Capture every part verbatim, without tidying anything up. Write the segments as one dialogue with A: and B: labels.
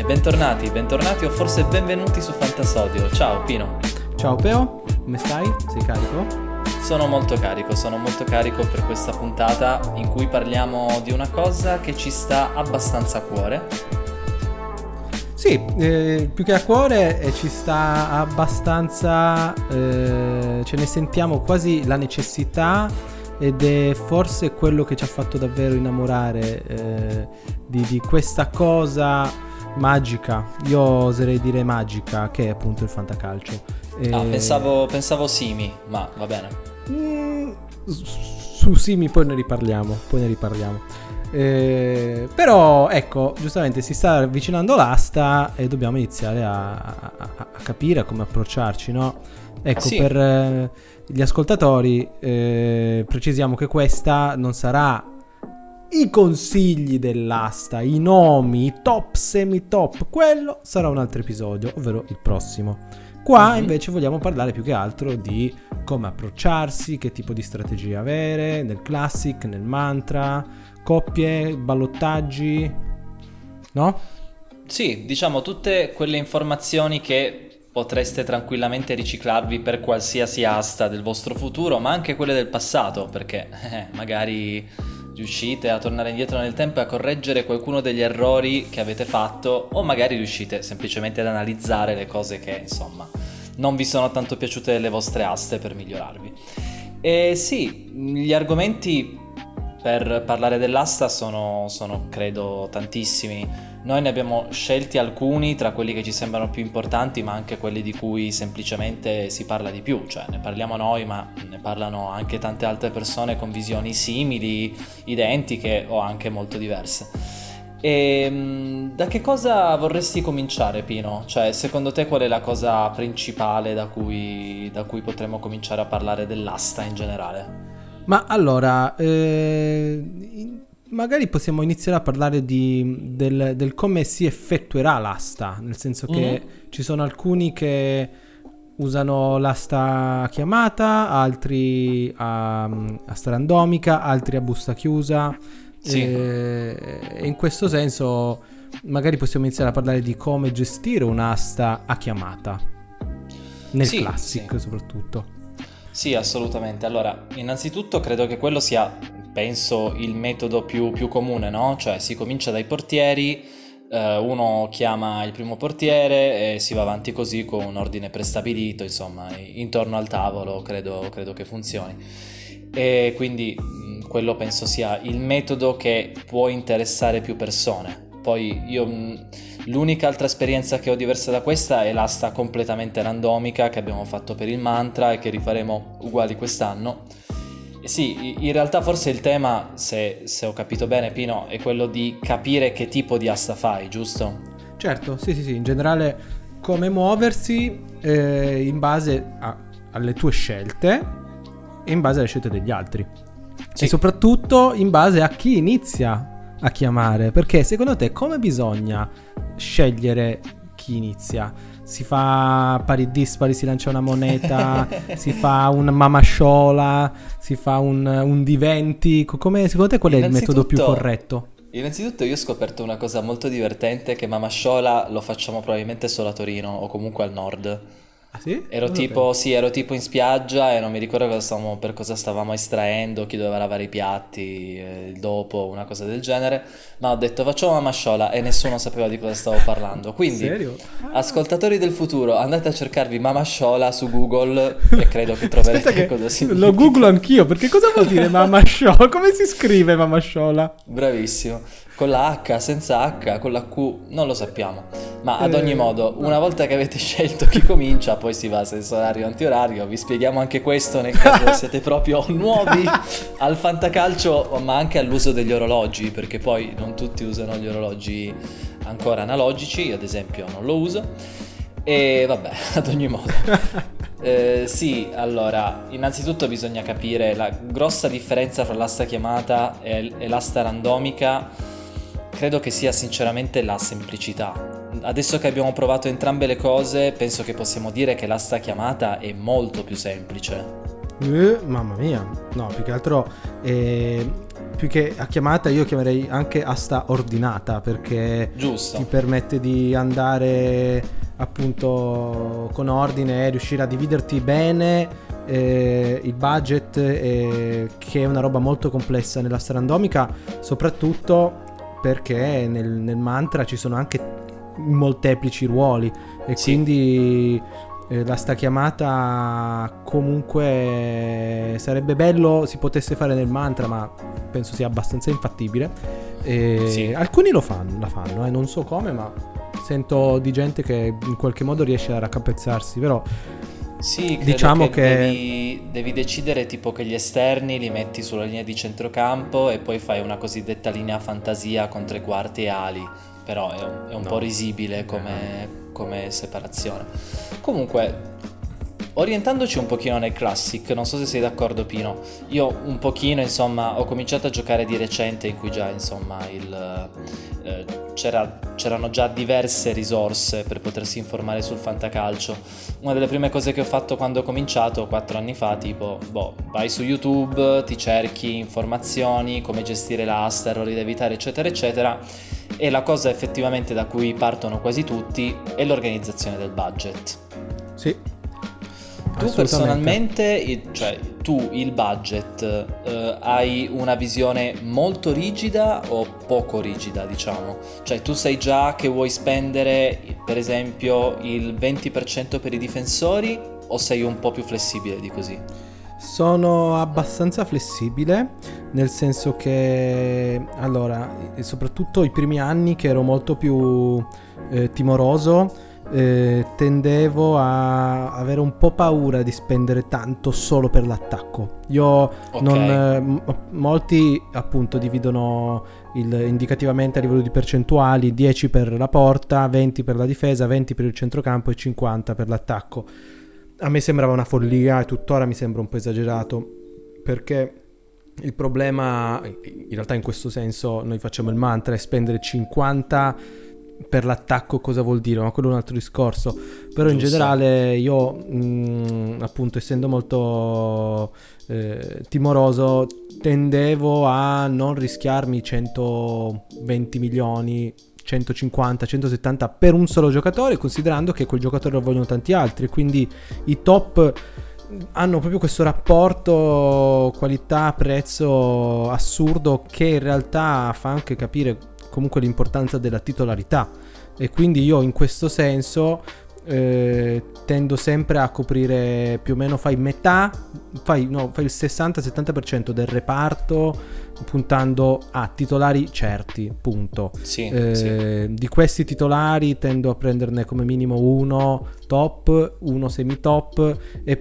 A: bentornati, bentornati o forse benvenuti su Fantasodio. Ciao Pino.
B: Ciao Peo, come stai? Sei carico?
A: Sono molto carico, sono molto carico per questa puntata in cui parliamo di una cosa che ci sta abbastanza a cuore.
B: Sì, eh, più che a cuore eh, ci sta abbastanza, eh, ce ne sentiamo quasi la necessità ed è forse quello che ci ha fatto davvero innamorare eh, di, di questa cosa magica, io oserei dire magica, che è appunto il fantacalcio.
A: E... Ah, pensavo, pensavo Simi, ma va bene.
B: Mm, su Simi poi ne riparliamo, poi ne riparliamo. Eh, però ecco, giustamente si sta avvicinando l'asta e dobbiamo iniziare a, a, a capire come approcciarci, no? Ecco, sì. Per eh, gli ascoltatori eh, precisiamo che questa non sarà i consigli dell'asta, i nomi, i top, semi-top, quello sarà un altro episodio, ovvero il prossimo. Qua mm-hmm. invece vogliamo parlare più che altro di come approcciarsi, che tipo di strategia avere, nel classic, nel mantra, coppie, ballottaggi, no?
A: Sì, diciamo tutte quelle informazioni che potreste tranquillamente riciclarvi per qualsiasi asta del vostro futuro, ma anche quelle del passato, perché eh, magari riuscite a tornare indietro nel tempo e a correggere qualcuno degli errori che avete fatto, o magari riuscite semplicemente ad analizzare le cose che, insomma, non vi sono tanto piaciute delle vostre aste per migliorarvi. E sì, gli argomenti per parlare dell'asta sono, sono credo tantissimi. Noi ne abbiamo scelti alcuni tra quelli che ci sembrano più importanti, ma anche quelli di cui semplicemente si parla di più, cioè ne parliamo noi ma ne parlano anche tante altre persone con visioni simili, identiche o anche molto diverse. E da che cosa vorresti cominciare, Pino? Cioè, secondo te qual è la cosa principale da cui, da cui potremmo cominciare a parlare dell'asta in generale?
B: Ma allora, eh, magari possiamo iniziare a parlare di, del, del come si effettuerà l'asta, nel senso che mm-hmm. ci sono alcuni che usano l'asta a chiamata, altri a, asta randomica, altri a busta chiusa. Sì. E in questo senso magari possiamo iniziare a parlare di come gestire un'asta a chiamata, nel sì, classic sì. soprattutto.
A: Sì, assolutamente. Allora, innanzitutto credo che quello sia, penso, il metodo più, più comune, no? Cioè si comincia dai portieri, eh, uno chiama il primo portiere e si va avanti così con un ordine prestabilito, insomma, intorno al tavolo credo, credo che funzioni. E quindi mh, quello penso sia il metodo che può interessare più persone. Poi io... Mh, L'unica altra esperienza che ho diversa da questa è l'asta completamente randomica che abbiamo fatto per il mantra e che rifaremo uguali quest'anno. E sì, in realtà forse il tema, se, se ho capito bene Pino, è quello di capire che tipo di asta fai, giusto?
B: Certo, sì sì sì, in generale come muoversi eh, in base a, alle tue scelte e in base alle scelte degli altri. Sì. E soprattutto in base a chi inizia a chiamare, perché secondo te come bisogna scegliere chi inizia? Si fa pari dispari, si lancia una moneta, si fa un mamasciola, si fa un, un di venti, come, secondo te qual è il metodo più corretto?
A: Innanzitutto io ho scoperto una cosa molto divertente, che mamasciola lo facciamo probabilmente solo a Torino o comunque al nord.
B: Ah, sì?
A: Ero tipo, sì, ero tipo in spiaggia e non mi ricordo cosa stavamo, per cosa stavamo estraendo, chi doveva lavare i piatti, eh, il dopo, una cosa del genere, ma ho detto facciamo una masciola e nessuno sapeva di cosa stavo parlando. Quindi,
B: serio? Ah.
A: Ascoltatori del futuro, andate a cercarvi mamasciola su Google e credo che troverete che cosa significa.
B: Lo googlo anch'io, perché cosa vuol dire mamasciola? Come si scrive mamasciola?
A: Bravissimo. Con la H, senza H, con la Q, non lo sappiamo. Ma ad ogni
B: eh,
A: modo, una volta che avete scelto chi comincia, poi si va senza orario antiorario. Vi spieghiamo anche questo nel caso siete proprio nuovi al fantacalcio, ma anche all'uso degli orologi, perché poi non tutti usano gli orologi ancora analogici, io ad esempio non lo uso. E vabbè, ad ogni modo. Eh, sì, allora, innanzitutto bisogna capire la grossa differenza fra l'asta chiamata e, e l'asta randomica. Credo che sia sinceramente la semplicità. Adesso che abbiamo provato entrambe le cose, penso che possiamo dire che l'asta chiamata è molto più semplice.
B: Eh, mamma mia, no, più che altro eh, più che a chiamata io chiamerei anche asta ordinata, perché
A: Giusto.
B: ti permette di andare appunto con ordine, riuscire a dividerti bene eh, il budget, eh, che è una roba molto complessa nell'asta randomica, soprattutto perché nel, nel mantra ci sono anche molteplici ruoli e
A: Sì.
B: quindi eh, la sta chiamata comunque sarebbe bello si potesse fare nel mantra, ma penso sia abbastanza infattibile. E
A: Sì.
B: alcuni lo fanno, la fanno, eh, non so come, ma sento di gente che in qualche modo riesce a raccapezzarsi, però
A: Sì, credo
B: diciamo
A: che,
B: che
A: devi, devi decidere tipo che gli esterni li metti sulla linea di centrocampo e poi fai una cosiddetta linea fantasia con tre quarti e ali, però è un, è un
B: No.
A: po' risibile come, come separazione. Comunque, orientandoci un pochino nel classic, non so se sei d'accordo Pino, io un pochino insomma ho cominciato a giocare di recente in cui già insomma il, eh, c'era, c'erano già diverse risorse per potersi informare sul fantacalcio. Una delle prime cose che ho fatto quando ho cominciato quattro anni fa, tipo, boh, vai su YouTube, ti cerchi informazioni, come gestire l'asta, errori da evitare, eccetera, eccetera. E la cosa effettivamente da cui partono quasi tutti è l'organizzazione del budget.
B: sì.
A: Tu personalmente, il- cioè tu il budget, eh, hai una visione molto rigida o poco rigida, diciamo? Cioè tu sai già che vuoi spendere, per esempio, il venti per cento per i difensori o sei un po' più flessibile di così?
B: Sono abbastanza flessibile, nel senso che allora, e soprattutto i primi anni che ero molto più eh, timoroso, eh, tendevo a avere un po' paura di spendere tanto solo per l'attacco. Io
A: Ok.
B: non eh, m- molti appunto dividono il, indicativamente a livello di percentuali: dieci per la porta, venti per la difesa, venti per il centrocampo e cinquanta per l'attacco. A me sembrava una follia e tuttora mi sembra un po' esagerato, perché il problema, in realtà in questo senso noi facciamo il mantra, è spendere cinquanta per l'attacco. Cosa vuol dire? Ma quello è un altro discorso. Però in
A: Giusto.
B: generale io mh, appunto essendo molto eh, timoroso, tendevo a non rischiarmi centoventi milioni, centocinquanta, centosettanta per un solo giocatore, considerando che quel giocatore lo vogliono tanti altri, quindi i top hanno proprio questo rapporto qualità-prezzo assurdo, che in realtà fa anche capire comunque l'importanza della titolarità, e quindi io in questo senso eh, tendo sempre a coprire più o meno, fai metà, fai, no, fai il sessanta settanta per cento del reparto puntando a titolari certi, punto.
A: Sì,
B: Eh,
A: sì.
B: di questi titolari tendo a prenderne come minimo uno top, uno semi top e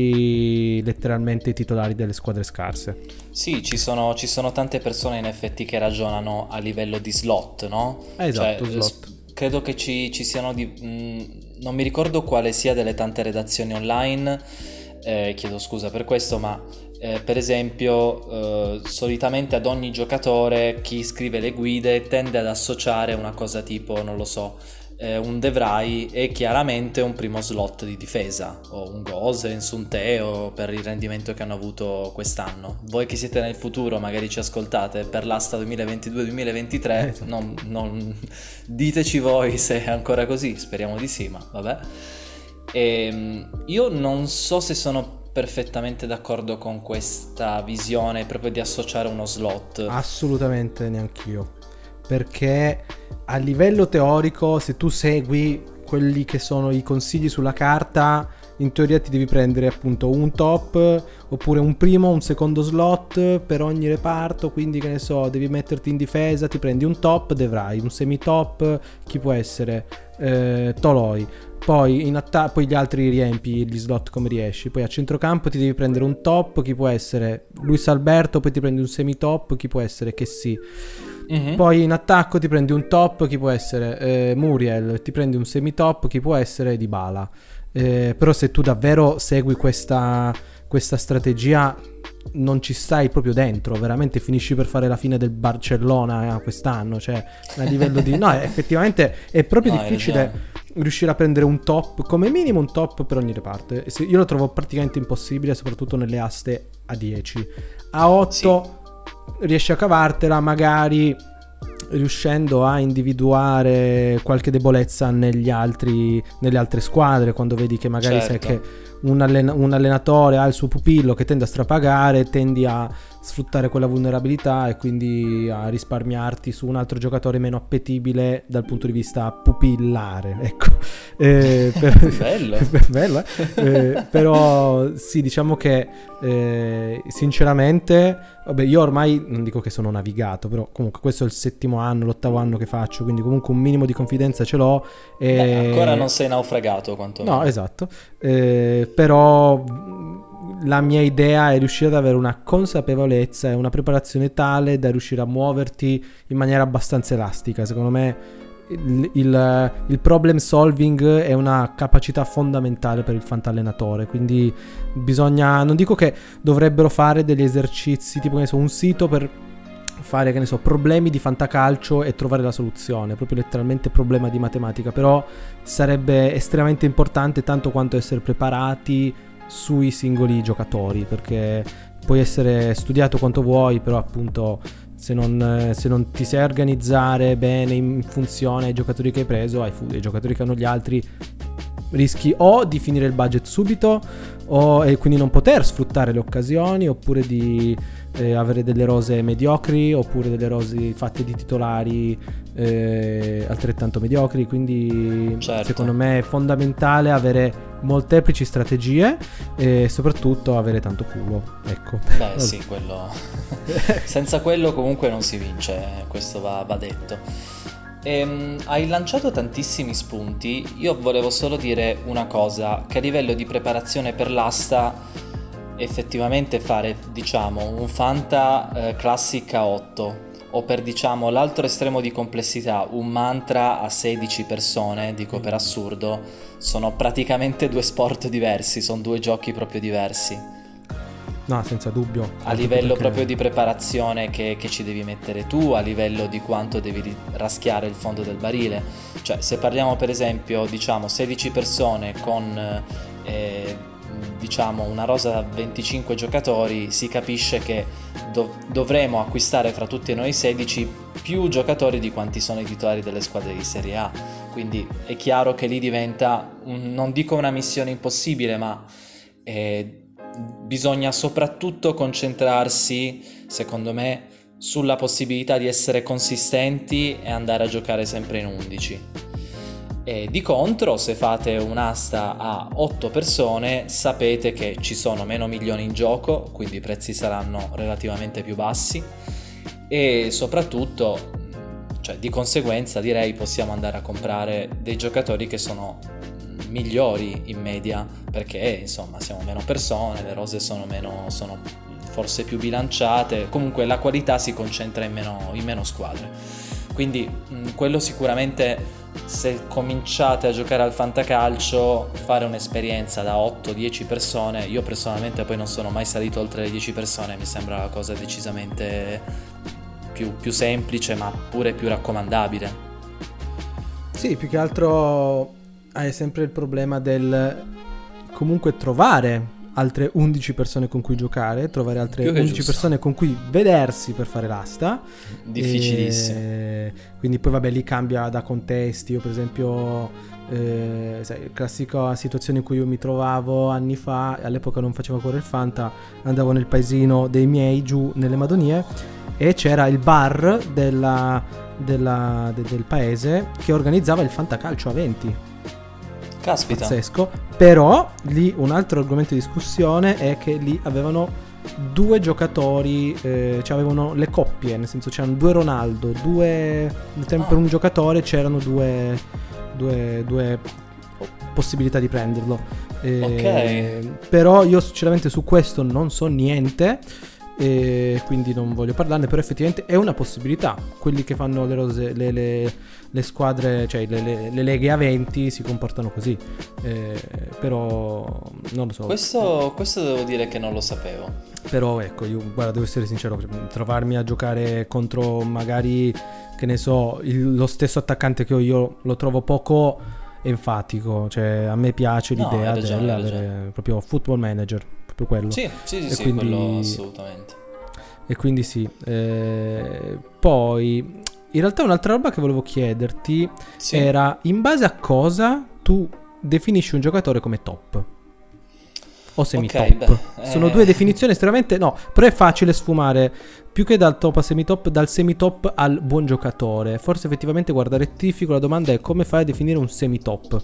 B: poi letteralmente i titolari delle squadre scarse.
A: Sì, ci sono, ci sono tante persone in effetti che ragionano a livello di slot, no?
B: Eh, esatto,
A: Cioè,
B: slot.
A: s- credo che ci, ci siano di... mh, non mi ricordo quale sia delle tante redazioni online, eh, chiedo scusa per questo, ma eh, per esempio eh, solitamente ad ogni giocatore chi scrive le guide tende ad associare una cosa tipo, non lo so, eh, un De Vrij e chiaramente un primo slot di difesa, o un Gosens, un Teo, per il rendimento che hanno avuto quest'anno. Voi che siete nel futuro, magari ci ascoltate per l'asta duemilaventidue duemilaventitré,
B: Esatto.
A: non, non- diteci voi se è ancora così, speriamo di sì, ma vabbè. Ehm, io non so se sono perfettamente d'accordo con questa visione proprio di associare uno slot.
B: Assolutamente neanch'io, perché a livello teorico, se tu segui quelli che sono i consigli sulla carta, in teoria ti devi prendere appunto un top oppure un primo, un secondo slot per ogni reparto, quindi che ne so, devi metterti in difesa, ti prendi un top, De Vrij, un semi top, chi può essere? Eh, Toloi. Poi, in atta- poi gli altri riempi gli slot come riesci. Poi a centrocampo ti devi prendere un top, chi può essere? Luis Alberto, poi ti prendi un semi top, chi può essere? Che sì.
A: Mhm.
B: Poi in attacco ti prendi un top, chi può essere? Eh, Muriel, ti prendi un semi top, chi può essere? Dybala. Eh, però se tu davvero segui questa, questa strategia non ci stai proprio dentro, veramente finisci per fare la fine del Barcellona eh, quest'anno, cioè a livello di... No, effettivamente è proprio
A: No, hai
B: difficile
A: ragione.
B: riuscire a prendere un top, come minimo un top per ogni reparto. E se- Io lo trovo praticamente impossibile, soprattutto nelle aste a dieci. A otto riesci a cavartela magari riuscendo a individuare qualche debolezza negli altri, nelle altre squadre, quando vedi che magari
A: certo.
B: sai che un, allen- un allenatore ha il suo pupillo che tende a strapagare, tendi a sfruttare quella vulnerabilità e quindi a risparmiarti su un altro giocatore meno appetibile dal punto di vista pupillare, ecco. Eh, per,
A: bello,
B: bello eh? Eh, però sì, diciamo che eh, sinceramente, vabbè, io ormai non dico che sono navigato, però comunque questo è il settimo anno, l'ottavo anno che faccio, quindi comunque un minimo di confidenza ce l'ho. E...
A: Beh, ancora non sei naufragato quantomeno.
B: No, esatto. Eh, però la mia idea è riuscire ad avere una consapevolezza e una preparazione tale da riuscire a muoverti in maniera abbastanza elastica. Secondo me il, il, il problem solving è una capacità fondamentale per il fantallenatore, quindi bisogna, non dico che dovrebbero fare degli esercizi tipo che ne so, un sito per fare, che ne so, problemi di fantacalcio e trovare la soluzione, proprio letteralmente problema di matematica, però sarebbe estremamente importante tanto quanto essere preparati sui singoli giocatori, perché puoi essere studiato quanto vuoi, però appunto se non, se non ti sai organizzare bene in funzione ai giocatori che hai preso, ai, ai giocatori che hanno gli altri, rischi o di finire il budget subito o, e quindi non poter sfruttare le occasioni, oppure di eh, avere delle rose mediocri, oppure delle rose fatte di titolari eh, altrettanto mediocri. Quindi
A: certo.
B: secondo me è fondamentale avere molteplici strategie e soprattutto avere tanto culo, ecco.
A: Beh sì, quello senza quello comunque non si vince, questo va, va detto. Ehm, hai lanciato tantissimi spunti. Io volevo solo dire una cosa, che a livello di preparazione per l'asta effettivamente fare, diciamo, un Fanta eh, Classic a otto, o per, diciamo, l'altro estremo di complessità, un Mantra a sedici persone, dico per assurdo, sono praticamente due sport diversi, sono due giochi proprio diversi.
B: No, senza dubbio.
A: A livello perché... proprio di preparazione che, che ci devi mettere tu, a livello di quanto devi raschiare il fondo del barile. Cioè, se parliamo per esempio, diciamo, sedici persone con eh, diciamo una rosa da venticinque giocatori, si capisce che dov- dovremo acquistare fra tutti noi sedici più giocatori di quanti sono i titolari delle squadre di Serie A. Quindi è chiaro che lì diventa, un, non dico una missione impossibile, ma eh, bisogna soprattutto concentrarsi, secondo me, sulla possibilità di essere consistenti e andare a giocare sempre in undici. E di contro, se fate un'asta a otto persone, sapete che ci sono meno milioni in gioco, quindi i prezzi saranno relativamente più bassi e soprattutto, cioè, di conseguenza direi possiamo andare a comprare dei giocatori che sono migliori in media, perché insomma siamo meno persone, le rose sono meno, sono forse più bilanciate, comunque la qualità si concentra in meno, in meno squadre. Quindi mh, quello sicuramente, se cominciate a giocare al fantacalcio, fare un'esperienza da otto dieci persone, io personalmente poi non sono mai salito oltre le dieci persone, mi sembra una cosa decisamente più, più semplice, ma pure più raccomandabile.
B: Sì, più che altro hai sempre il problema del comunque trovare altre undici persone con cui giocare, trovare altre undici giusto. persone con cui vedersi per fare l'asta.
A: Difficilissimo.
B: E quindi poi vabbè, lì cambia da contesti. Io per esempio eh, sai, classica situazione in cui io mi trovavo anni fa, all'epoca non facevo ancora il Fanta, andavo nel paesino dei miei giù nelle Madonie e c'era il bar della, della, de, del paese che organizzava il Fantacalcio a venti.
A: Caspita.
B: Pazzesco. Però lì un altro argomento di discussione è che lì avevano due giocatori, eh, cioè avevano le coppie, nel senso c'erano due Ronaldo, due per
A: ah.
B: un giocatore c'erano due, due, due possibilità di prenderlo. Eh,
A: ok.
B: Però io sinceramente su questo non so niente, e quindi non voglio parlarne, però effettivamente è una possibilità. Quelli che fanno le rose, le, le, le squadre, cioè le, le, le leghe a venti si comportano così, eh, però non lo so.
A: Questo, questo devo dire che non lo sapevo.
B: Però ecco, io guarda, devo essere sincero, trovarmi a giocare contro magari, che ne so, il, lo stesso attaccante che ho io, lo trovo poco enfatico, cioè a me piace l'idea
A: no,
B: dell'avere proprio football manager, proprio quello.
A: Sì, sì, sì,
B: e
A: sì,
B: quindi,
A: quello assolutamente.
B: e quindi sì. Eh, poi in realtà un'altra roba che volevo chiederti
A: Sì.
B: era in base a cosa tu definisci un giocatore come top o semi-top.
A: Ok, beh,
B: Sono
A: eh,
B: due definizioni estremamente... No, però è facile sfumare più che dal top a semi-top, dal semi-top al buon giocatore. Forse effettivamente, guarda, rettifico, la domanda è: come fai a definire un semi-top?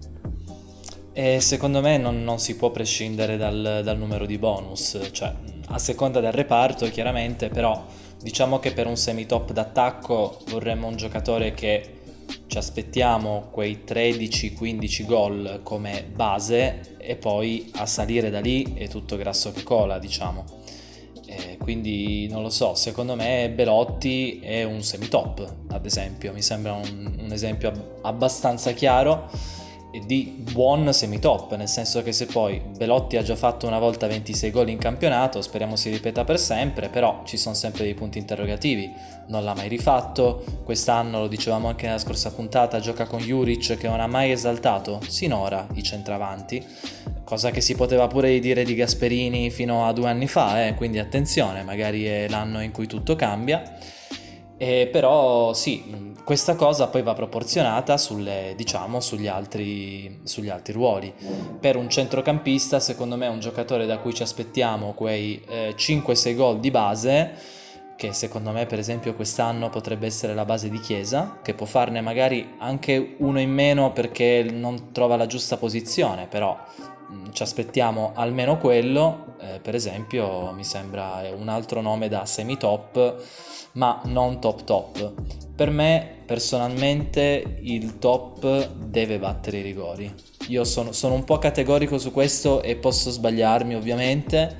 A: E secondo me non, non si può prescindere dal, dal numero di bonus, cioè a seconda del reparto chiaramente, però diciamo che per un semi-top d'attacco vorremmo un giocatore che ci aspettiamo quei tredici quindici gol come base e poi a salire da lì è tutto grasso che cola, diciamo. E quindi non lo so, secondo me Belotti è un semi-top, ad esempio, mi sembra un, un esempio ab- abbastanza chiaro e di buon semi-top, nel senso che se poi Belotti ha già fatto una volta ventisei gol in campionato, speriamo si ripeta per sempre, però ci sono sempre dei punti interrogativi, non l'ha mai rifatto, quest'anno, lo dicevamo anche nella scorsa puntata, gioca con Juric che non ha mai esaltato sinora i centravanti, cosa che si poteva pure dire di Gasperini fino a due anni fa, eh? Quindi attenzione, magari è l'anno in cui tutto cambia. Eh, però sì, questa cosa poi va proporzionata sulle, diciamo, sugli altri, sugli altri ruoli. Per un centrocampista, secondo me, è un giocatore da cui ci aspettiamo quei eh, cinque sei gol di base, che secondo me, per esempio, quest'anno potrebbe essere la base di Chiesa, che può farne magari anche uno in meno perché non trova la giusta posizione, però mh, ci aspettiamo almeno quello. Eh, per esempio, mi sembra un altro nome da semi-top, ma non top top. Per me personalmente il top deve battere i rigori. Io sono, sono un po' categorico su questo e posso sbagliarmi ovviamente.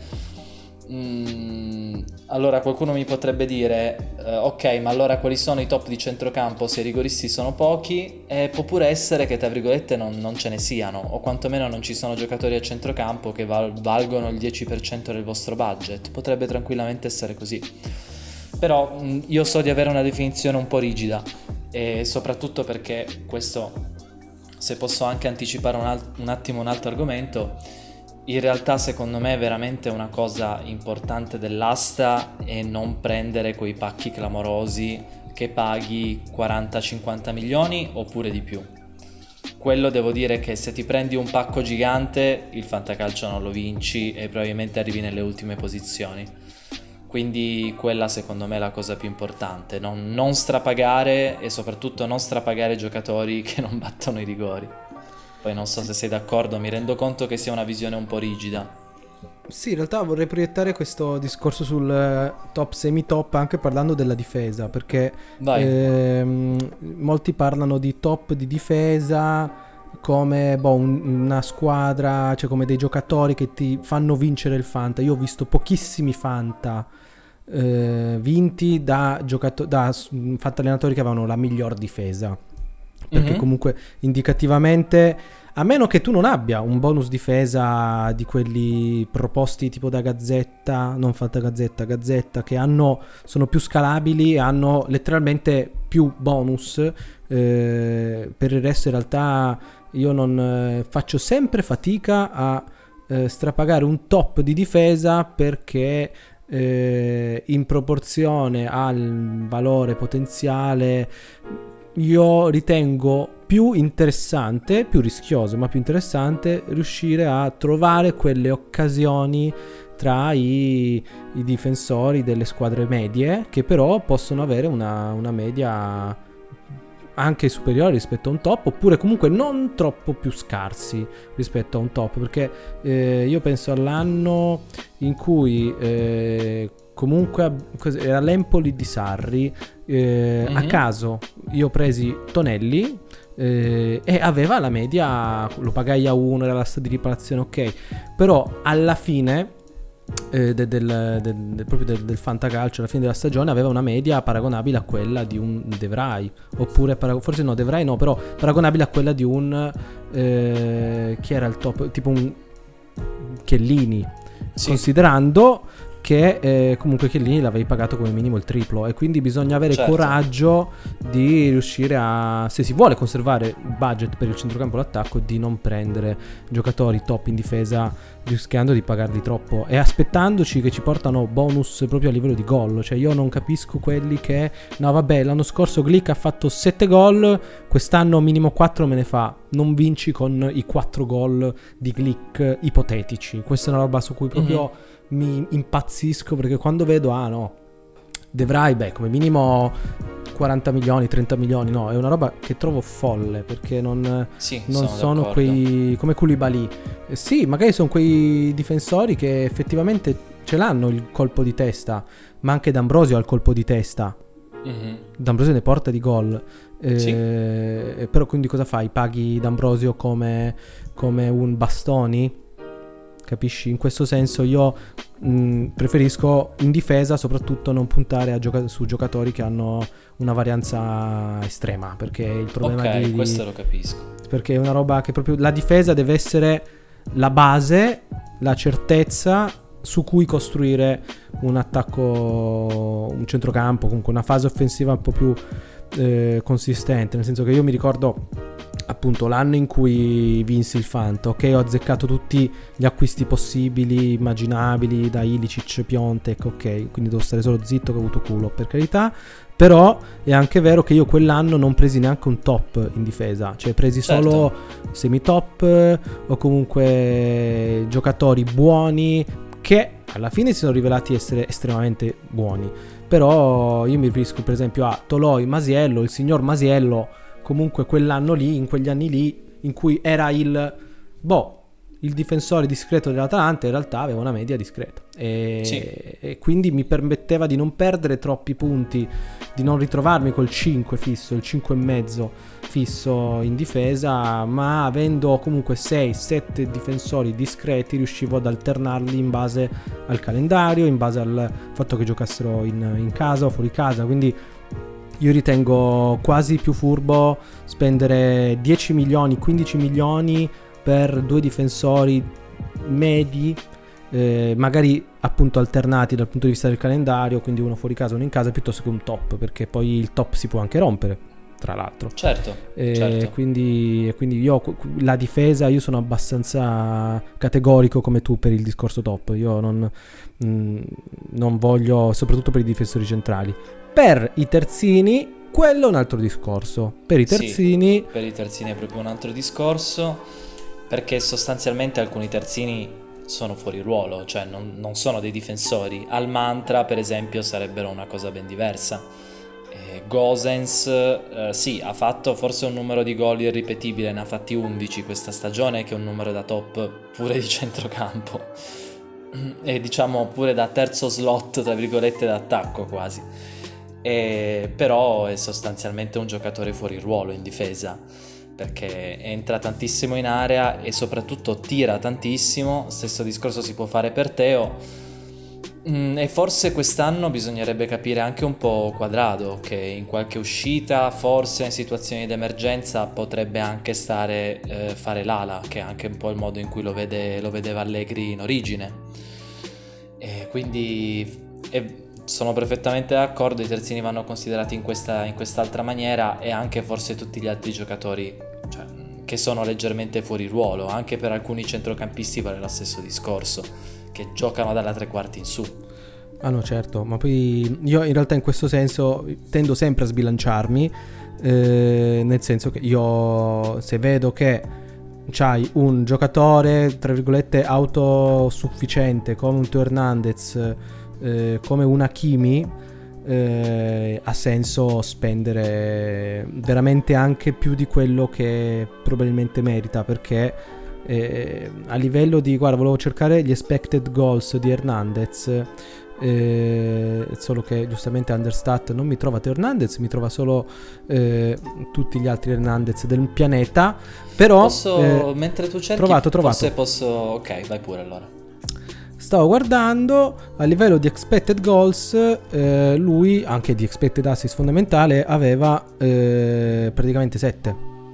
A: Mm, allora qualcuno mi potrebbe dire eh, ok, ma allora quali sono i top di centrocampo se i rigoristi sono pochi? E può pure essere che tra virgolette non, non ce ne siano, o quantomeno non ci sono giocatori a centrocampo che val- valgono il dieci per cento del vostro budget. Potrebbe tranquillamente essere così. Però mh, io so di avere una definizione un po' rigida e soprattutto perché questo, se posso anche anticipare un, al- un attimo un altro argomento, in realtà secondo me è veramente una cosa importante dell'asta e non prendere quei pacchi clamorosi che paghi quaranta cinquanta milioni oppure di più. Quello devo dire che se ti prendi un pacco gigante il fantacalcio non lo vinci e probabilmente arrivi nelle ultime posizioni. Quindi quella secondo me è la cosa più importante, non, non strapagare e soprattutto non strapagare giocatori che non battono i rigori. Poi non so se sei d'accordo, mi rendo conto che sia una visione un po' rigida.
B: Sì, in realtà vorrei proiettare questo discorso sul eh, top semi-top anche parlando della difesa, perché
A: Vai.
B: ehm, molti parlano di top di difesa come boh, un- una squadra, cioè come dei giocatori che ti fanno vincere il Fanta. Io ho visto pochissimi Fanta eh, vinti da, giocato- da s- Fanta allenatori che avevano la miglior difesa, perché
A: Mhm.
B: comunque indicativamente, a meno che tu non abbia un bonus difesa di quelli proposti tipo da Gazzetta, non fatta Gazzetta, Gazzetta, che hanno, sono più scalabili e hanno letteralmente più bonus, eh, per il resto in realtà io non eh, faccio sempre fatica a eh, strapagare un top di difesa perché eh, in proporzione al valore potenziale io ritengo più interessante, più rischioso, ma più interessante riuscire a trovare quelle occasioni tra i, i difensori delle squadre medie, che però possono avere una, una media anche superiore rispetto a un top, oppure comunque non troppo più scarsi rispetto a un top, perché eh, io penso all'anno in cui eh, comunque era l'Empoli di Sarri, eh,
A: Mhm.
B: a caso io ho presi Tonelli eh, e aveva la media, lo pagai a uno, era la sta di riparazione, ok, però alla fine eh, de- del, del- del- proprio del, del fantacalcio alla fine della stagione aveva una media paragonabile a quella di un De Vrij, oppure para- forse no De Vrij no, però paragonabile a quella di un eh, chi era il top, tipo un Chiellini,
A: Sì.
B: considerando che eh, comunque Chiellini l'avevi pagato come minimo il triplo, e quindi bisogna avere
A: certo.
B: coraggio di riuscire a, se si vuole conservare il budget per il centrocampo e l'attacco, di non prendere giocatori top in difesa rischiando di pagarli troppo e aspettandoci che ci portano bonus proprio a livello di gol. Cioè io non capisco quelli che no vabbè, l'anno scorso Glick ha fatto sette gol, quest'anno minimo quattro me ne fa, non vinci con i quattro gol di Glick ipotetici. Questa è una roba su cui proprio mm-hmm. mi impazzisco, perché quando vedo ah no De Vrij, beh, come minimo quaranta milioni, trenta milioni, no, è una roba che trovo folle, perché non,
A: sì,
B: non
A: sono,
B: sono quei come Koulibaly. Eh, sì, magari sono quei difensori che effettivamente ce l'hanno il colpo di testa, ma anche D'Ambrosio ha il colpo di testa. Mm-hmm. D'Ambrosio ne porta di gol. Eh, sì. Però quindi cosa fai? Paghi D'Ambrosio come, come un Bastoni? Capisci? In questo senso io mh, preferisco in difesa soprattutto non puntare a gioca- su giocatori che hanno una varianza estrema, perché il problema
A: okay,
B: di,
A: questo lo capisco,
B: perché è una roba che proprio la difesa deve essere la base, la certezza su cui costruire un attacco, un centrocampo, comunque una fase offensiva un po' più eh, consistente, nel senso che io mi ricordo appunto l'anno in cui vinsi il Fanta, ok, ho azzeccato tutti gli acquisti possibili, immaginabili, da Ilicic, Piontek, ok, quindi devo stare solo zitto che ho avuto culo, per carità, però è anche vero che io quell'anno non presi neanche un top in difesa, cioè presi certo. solo semi-top o comunque giocatori buoni che alla fine si sono rivelati essere estremamente buoni, però io mi riferisco per esempio a Toloi, Masiello, il signor Masiello. Comunque quell'anno lì, in quegli anni lì, in cui era il boh, il difensore discreto dell'Atalanta, in realtà aveva una media discreta. E, sì. e quindi mi permetteva di non perdere troppi punti, di non ritrovarmi col cinque fisso, il cinque e mezzo fisso in difesa, ma avendo comunque sei sette difensori discreti riuscivo ad alternarli in base al calendario, in base al fatto che giocassero in, in casa o fuori casa, quindi io ritengo quasi più furbo spendere dieci milioni, quindici milioni per due difensori medi, eh, magari appunto alternati dal punto di vista del calendario, quindi uno fuori casa, uno in casa, piuttosto che un top, perché poi il top si può anche rompere, tra l'altro.
A: Certo,
B: eh,
A: certo.
B: Quindi, quindi io, la difesa, io sono abbastanza categorico come tu per il discorso top. Io non, mh, non voglio, soprattutto per i difensori centrali. Per i terzini, quello è un altro discorso. Per i terzini...
A: Sì, per i terzini è proprio un altro discorso, perché sostanzialmente alcuni terzini sono fuori ruolo, cioè non, non sono dei difensori. Almantra, per esempio, sarebbero una cosa ben diversa. Eh, Gosens, eh, sì, ha fatto forse un numero di gol irripetibile, ne ha fatti undici questa stagione, che è un numero da top pure di centrocampo. E diciamo pure da terzo slot, tra virgolette, d'attacco quasi. E però è sostanzialmente un giocatore fuori ruolo in difesa, perché entra tantissimo in area e soprattutto tira tantissimo. Stesso discorso si può fare per Teo, mm, e forse quest'anno bisognerebbe capire anche un po' Quadrado, che in qualche uscita, forse in situazioni di emergenza, potrebbe anche stare eh, fare l'ala, che è anche un po' il modo in cui lo, vede, lo vedeva Allegri in origine. E quindi è, sono perfettamente d'accordo, i terzini vanno considerati in questa in quest'altra maniera, e anche forse tutti gli altri giocatori, cioè, che sono leggermente fuori ruolo. Anche per alcuni centrocampisti vale lo stesso discorso, che giocano dalla tre quarti in su.
B: Ah no, certo, ma poi io in realtà in questo senso tendo sempre a sbilanciarmi, eh, nel senso che io, se vedo che c'hai un giocatore tra virgolette autosufficiente come un Teo Hernandez, Eh, come un Hakimi, eh, ha senso spendere veramente anche più di quello che probabilmente merita, perché eh, a livello di, guarda, volevo cercare gli expected goals di Hernandez, eh, solo che giustamente Understat non mi trova Teo Hernandez, mi trova solo eh, tutti gli altri Hernandez del pianeta. Però
A: posso, eh, mentre tu cerchi,
B: trovato, trovato.
A: forse posso, ok, vai pure allora.
B: Stavo guardando, a livello di expected goals, eh, lui, anche di expected assist fondamentale, aveva eh, praticamente sette.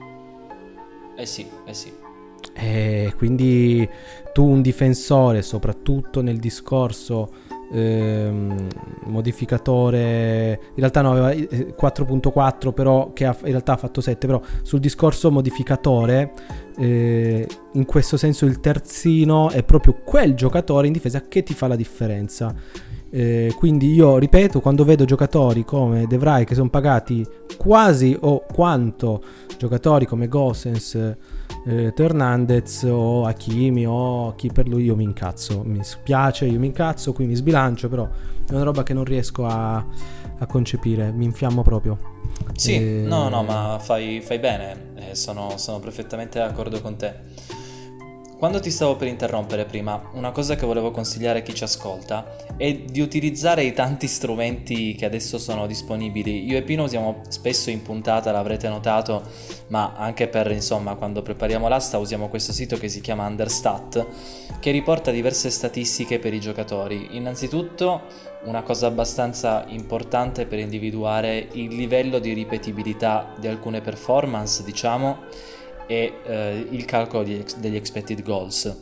A: Eh sì, eh sì.
B: E quindi tu, un difensore, soprattutto nel discorso ehm, modificatore, in realtà no, aveva quattro punto quattro, però che ha, in realtà ha fatto sette, però sul discorso modificatore, eh, in questo senso il terzino è proprio quel giocatore in difesa che ti fa la differenza. Eh, quindi io ripeto, quando vedo giocatori come De Vrij che sono pagati quasi o quanto giocatori come Gosens, eh, Hernandez o Hakimi o chi per lui, io mi incazzo, mi spiace, io mi incazzo, qui mi sbilancio, però è una roba che non riesco a, a concepire, mi infiammo proprio.
A: Sì,
B: eh...
A: no no ma fai, fai bene, eh, sono, sono perfettamente d'accordo con te. Quando ti stavo per interrompere prima, una cosa che volevo consigliare a chi ci ascolta è di utilizzare i tanti strumenti che adesso sono disponibili. Io e Pino usiamo spesso in puntata, l'avrete notato, ma anche per, insomma, quando prepariamo l'asta usiamo questo sito che si chiama Understat, che riporta diverse statistiche per i giocatori. Innanzitutto, una cosa abbastanza importante per individuare il livello di ripetibilità di alcune performance, diciamo, e eh, il calcolo di, degli expected goals.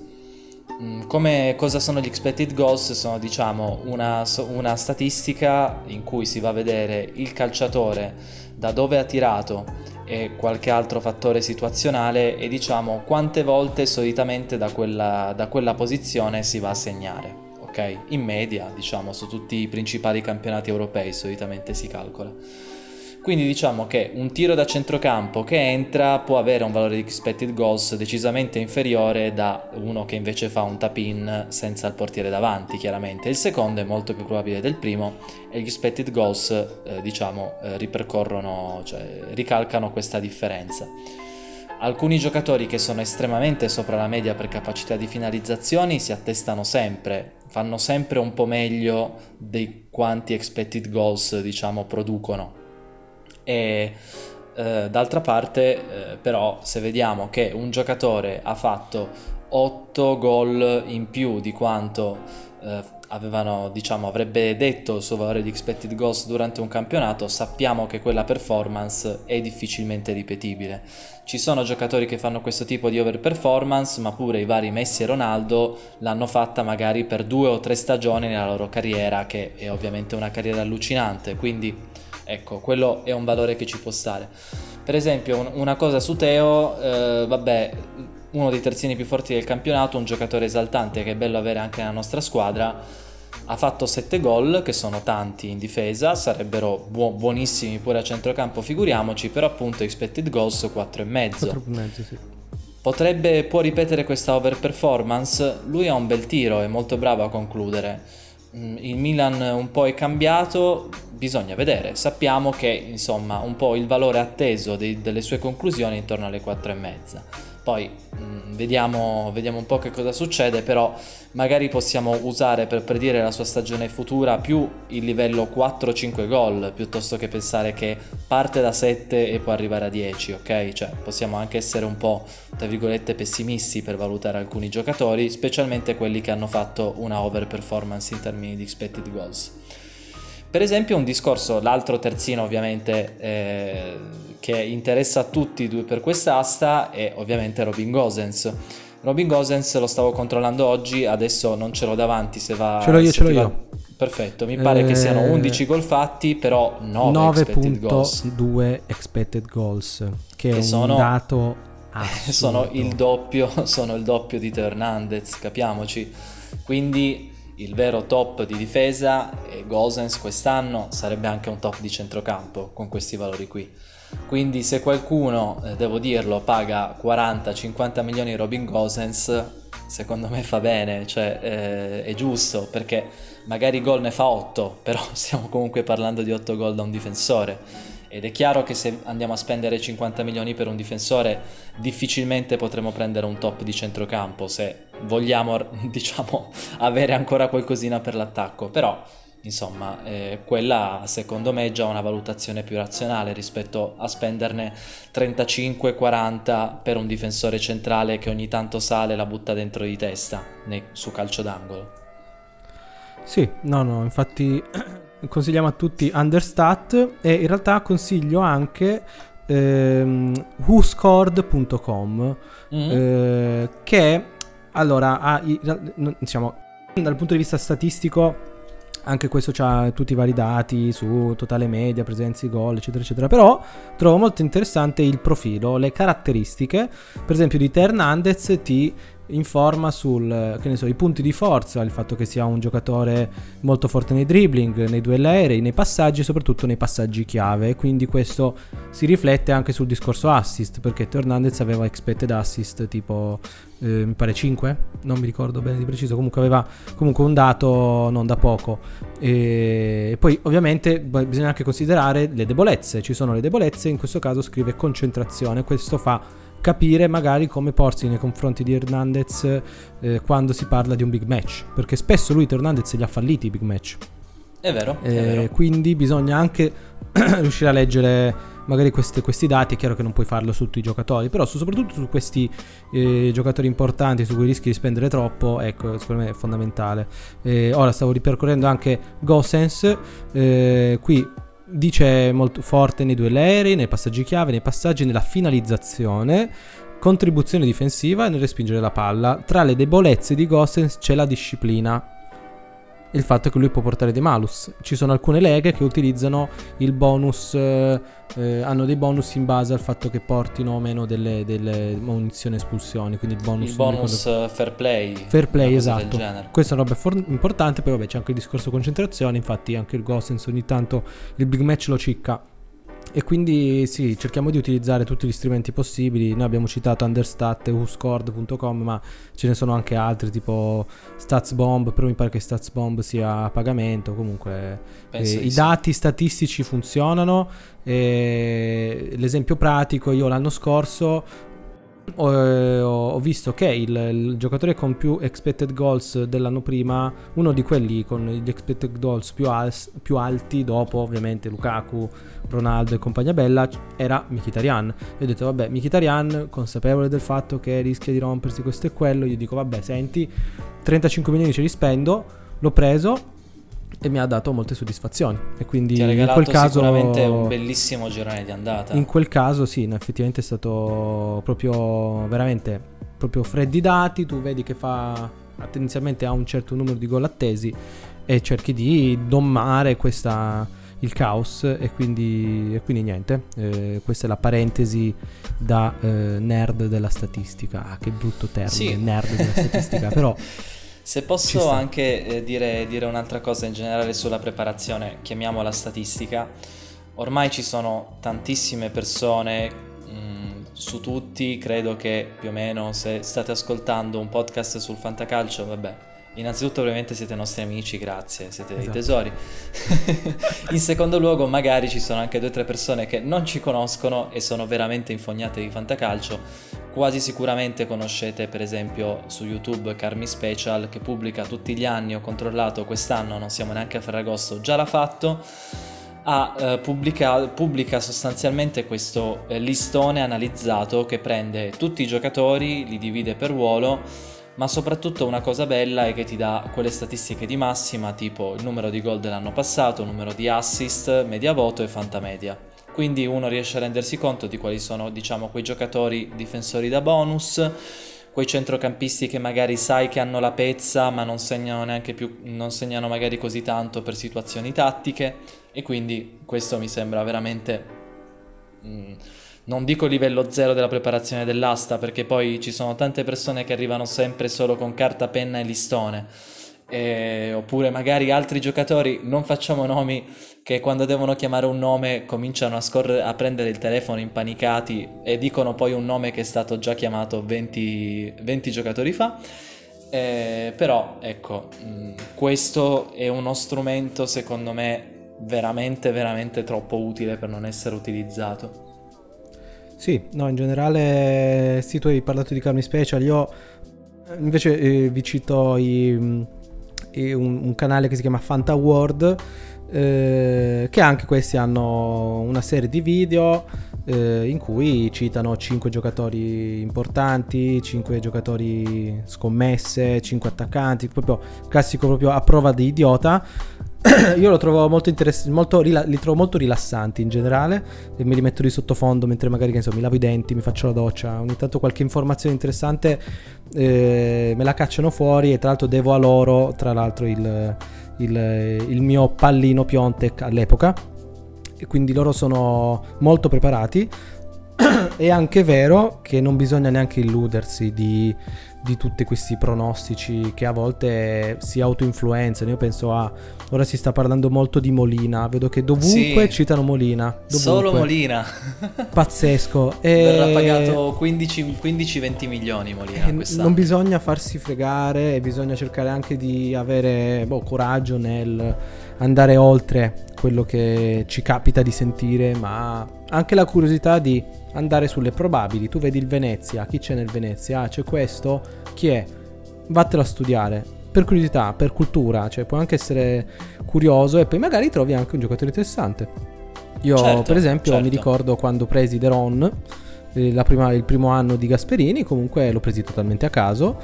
A: Come cosa sono gli expected goals? Sono, diciamo, una, una statistica in cui si va a vedere il calciatore da dove ha tirato e qualche altro fattore situazionale e, diciamo, quante volte solitamente da quella, da quella posizione si va a segnare, ok? In media, diciamo, su tutti i principali campionati europei solitamente si calcola. Quindi diciamo che un tiro da centrocampo che entra può avere un valore di expected goals decisamente inferiore da uno che invece fa un tap-in senza il portiere davanti, chiaramente. Il secondo è molto più probabile del primo e gli expected goals, eh, diciamo, eh, ripercorrono, cioè ricalcano questa differenza. Alcuni giocatori che sono estremamente sopra la media per capacità di finalizzazioni si attestano sempre, fanno sempre un po' meglio dei quanti expected goals, diciamo, producono. E eh, d'altra parte eh, però se vediamo che un giocatore ha fatto otto gol in più di quanto eh, avevano, diciamo, avrebbe detto il suo valore di expected goals durante un campionato, sappiamo che quella performance è difficilmente ripetibile. Ci sono giocatori che fanno questo tipo di overperformance, ma pure i vari Messi e Ronaldo l'hanno fatta magari per due o tre stagioni nella loro carriera, che è ovviamente una carriera allucinante, quindi ecco, quello è un valore che ci può stare. Per esempio, un, una cosa su Teo, eh, vabbè, uno dei terzini più forti del campionato, un giocatore esaltante che è bello avere anche nella nostra squadra, ha fatto sette gol, che sono tanti in difesa, sarebbero buo- buonissimi pure a centrocampo, figuriamoci, però appunto expected goals quattro e mezzo.
B: quattro e mezzo, sì.
A: Potrebbe, può ripetere questa overperformance? Lui ha un bel tiro, è molto bravo a concludere. Il Milan un po' è cambiato, bisogna vedere. Sappiamo che, insomma, un po' il valore atteso dei, delle sue conclusioni è intorno alle quattro e mezza. Poi mh, vediamo, vediamo un po' che cosa succede, però magari possiamo usare per predire la sua stagione futura più il livello quattro cinque gol, piuttosto che pensare che parte da sette e può arrivare a dieci, ok? Cioè possiamo anche essere un po', tra virgolette, pessimisti per valutare alcuni giocatori, specialmente quelli che hanno fatto una overperformance in termini di expected goals. Per esempio un discorso, l'altro terzino ovviamente eh, che interessa a tutti per quest'asta è ovviamente Robin Gosens. Robin Gosens lo stavo controllando oggi, adesso non ce l'ho davanti, se va...
B: Ce l'ho io,
A: se
B: ce l'ho
A: va...
B: io.
A: Perfetto, mi pare
B: eh,
A: che siano undici gol fatti, però nove expected goals.
B: nove virgola due expected goals, che è un
A: sono,
B: dato assurdo.
A: Sono il doppio, sono il doppio di Teo Hernandez, capiamoci. Quindi il vero top di difesa e Gosens quest'anno sarebbe anche un top di centrocampo con questi valori qui. Quindi se qualcuno, eh, devo dirlo, paga quaranta cinquanta milioni Robin Gosens, secondo me fa bene, cioè eh, è giusto, perché magari gol ne fa otto, però stiamo comunque parlando di otto gol da un difensore. Ed è chiaro che se andiamo a spendere cinquanta milioni per un difensore difficilmente potremo prendere un top di centrocampo se vogliamo, diciamo, avere ancora qualcosina per l'attacco. Però insomma eh, quella secondo me è già una valutazione più razionale rispetto a spenderne trentacinque quaranta per un difensore centrale che ogni tanto sale e la butta dentro di testa nei, su calcio d'angolo.
B: Sì, no no, infatti consigliamo a tutti Understat e in realtà consiglio anche ehm, who scored punto com mm-hmm. eh, che allora ha, diciamo, dal punto di vista statistico anche questo c'ha tutti i vari dati su totale media, presenze, gol, eccetera eccetera, però trovo molto interessante il profilo, le caratteristiche. Per esempio di Teo Hernandez ti informa sul, che ne so, i punti di forza, il fatto che sia un giocatore molto forte nei dribbling, nei duelli aerei, nei passaggi e soprattutto nei passaggi chiave, quindi questo si riflette anche sul discorso assist, perché Teo Hernandez aveva expected assist tipo eh, mi pare cinque, non mi ricordo bene di preciso, comunque aveva comunque un dato non da poco. E poi ovviamente bisogna anche considerare le debolezze, ci sono le debolezze, in questo caso scrive concentrazione, questo fa capire magari come porsi nei confronti di Hernandez eh, quando si parla di un big match, perché spesso lui Hernandez li ha falliti i big match.
A: È vero,
B: eh,
A: è vero.
B: Quindi bisogna anche riuscire a leggere magari queste, questi dati. È chiaro che non puoi farlo su tutti i giocatori, però su, soprattutto su questi eh, giocatori importanti su cui rischi di spendere troppo, ecco, secondo me è fondamentale. Eh, ora stavo ripercorrendo anche Gosens, eh, qui dice molto forte nei duelli aerei, nei passaggi chiave, nei passaggi, nella finalizzazione, contribuzione difensiva e nel respingere la palla. Tra le debolezze di Gosens c'è la disciplina, il fatto che lui può portare dei malus. Ci sono alcune leghe che utilizzano il bonus, eh, eh, hanno dei bonus in base al fatto che portino o meno delle, delle munizioni espulsioni, quindi il bonus,
A: il bonus
B: ricordo...
A: fair play
B: fair play, esatto, questa è una roba for- importante. Poi vabbè c'è anche il discorso concentrazione, infatti anche il Gosens ogni tanto il big match lo cicca. E quindi sì, cerchiamo di utilizzare tutti gli strumenti possibili. Noi abbiamo citato Understat e whoscored punto com, ma ce ne sono anche altri tipo StatsBomb, però mi pare che StatsBomb sia a pagamento. Comunque eh, i
A: sì.
B: dati statistici funzionano. E l'esempio pratico, io l'anno scorso ho, ho visto che il, il giocatore con più expected goals dell'anno prima, uno di quelli con gli expected goals più, al, più alti dopo ovviamente Lukaku, Ronaldo e compagnia bella, era Mkhitaryan. E ho detto vabbè, Mkhitaryan, consapevole del fatto che rischia di rompersi questo e quello, io dico vabbè senti, trentacinque milioni ce li spendo, l'ho preso e mi ha dato molte soddisfazioni. E quindi
A: ti ha regalato
B: in quel caso
A: sicuramente un bellissimo girone di andata.
B: In quel caso sì, no, effettivamente è stato proprio veramente proprio freddi dati. Tu vedi che fa tendenzialmente ha un certo numero di gol attesi e cerchi di dommare questa il caos. E quindi, e quindi niente, eh, questa è la parentesi da eh, nerd della statistica. Ah, che brutto termine, sì. Nerd della statistica. Però
A: se posso anche eh, dire, dire un'altra cosa in generale sulla preparazione, chiamiamola statistica. Ormai ci sono tantissime persone, mh, su tutti, credo che più o meno se state ascoltando un podcast sul fantacalcio, vabbè, innanzitutto ovviamente siete nostri amici, grazie, siete esatto. dei tesori. In secondo luogo magari ci sono anche due o tre persone che non ci conoscono e sono veramente infognate di fantacalcio. Quasi sicuramente conoscete per esempio su YouTube Carmi Special, che pubblica tutti gli anni, ho controllato quest'anno, non siamo neanche a Ferragosto, già l'ha fatto, ha, eh, pubblica, pubblica sostanzialmente questo eh, listone analizzato che prende tutti i giocatori, li divide per ruolo, ma soprattutto una cosa bella è che ti dà quelle statistiche di massima, tipo il numero di gol dell'anno passato, il numero di assist, media voto e fantamedia. Quindi uno riesce a rendersi conto di quali sono, diciamo, quei giocatori difensori da bonus, quei centrocampisti che magari sai che hanno la pezza ma non segnano neanche più, non segnano magari così tanto per situazioni tattiche, e quindi questo mi sembra veramente, mh, non dico livello zero della preparazione dell'asta, perché poi ci sono tante persone che arrivano sempre solo con carta, penna e listone. Eh, oppure magari altri giocatori, non facciamo nomi, che quando devono chiamare un nome cominciano a, scorrere, a prendere il telefono impanicati e dicono poi un nome che è stato già chiamato venti, venti giocatori fa. Eh, però ecco, mh, questo è uno strumento secondo me veramente veramente troppo utile per non essere utilizzato.
B: Sì, no, in generale sì, tu hai parlato di Carmi Special, io invece eh, vi cito i Un, un canale che si chiama Fanta World, eh, che anche questi hanno una serie di video eh, in cui citano cinque giocatori importanti, cinque giocatori scommesse, cinque attaccanti, proprio classico, proprio a prova di idiota. Io lo trovo molto interessante, molto rila- li trovo molto rilassanti in generale, e me li metto di sottofondo mentre magari, che ne so, mi lavo i denti, mi faccio la doccia, ogni tanto qualche informazione interessante eh, me la cacciano fuori, e tra l'altro devo a loro tra l'altro il, il, il mio pallino Piontek all'epoca, e quindi loro sono molto preparati. È anche vero che non bisogna neanche illudersi di, di tutti questi pronostici che a volte si autoinfluenzano. Io penso a, ora si sta parlando molto di Molina, vedo che dovunque sì, citano Molina, dovunque.
A: Solo Molina.
B: Pazzesco.
A: E... verrà pagato quindici venti milioni Molina quest'anno.
B: Non bisogna farsi fregare, bisogna cercare anche di avere boh, coraggio nel andare oltre quello che ci capita di sentire, ma anche la curiosità di andare sulle probabili. Tu vedi il Venezia, chi c'è nel Venezia? Ah, c'è questo, chi è? Vattelo a studiare per curiosità, per cultura, cioè puoi anche essere curioso e poi magari trovi anche un giocatore interessante. Io certo, per esempio certo. mi ricordo quando presi Deron, eh, la prima, il primo anno di Gasperini, comunque l'ho presi totalmente a caso,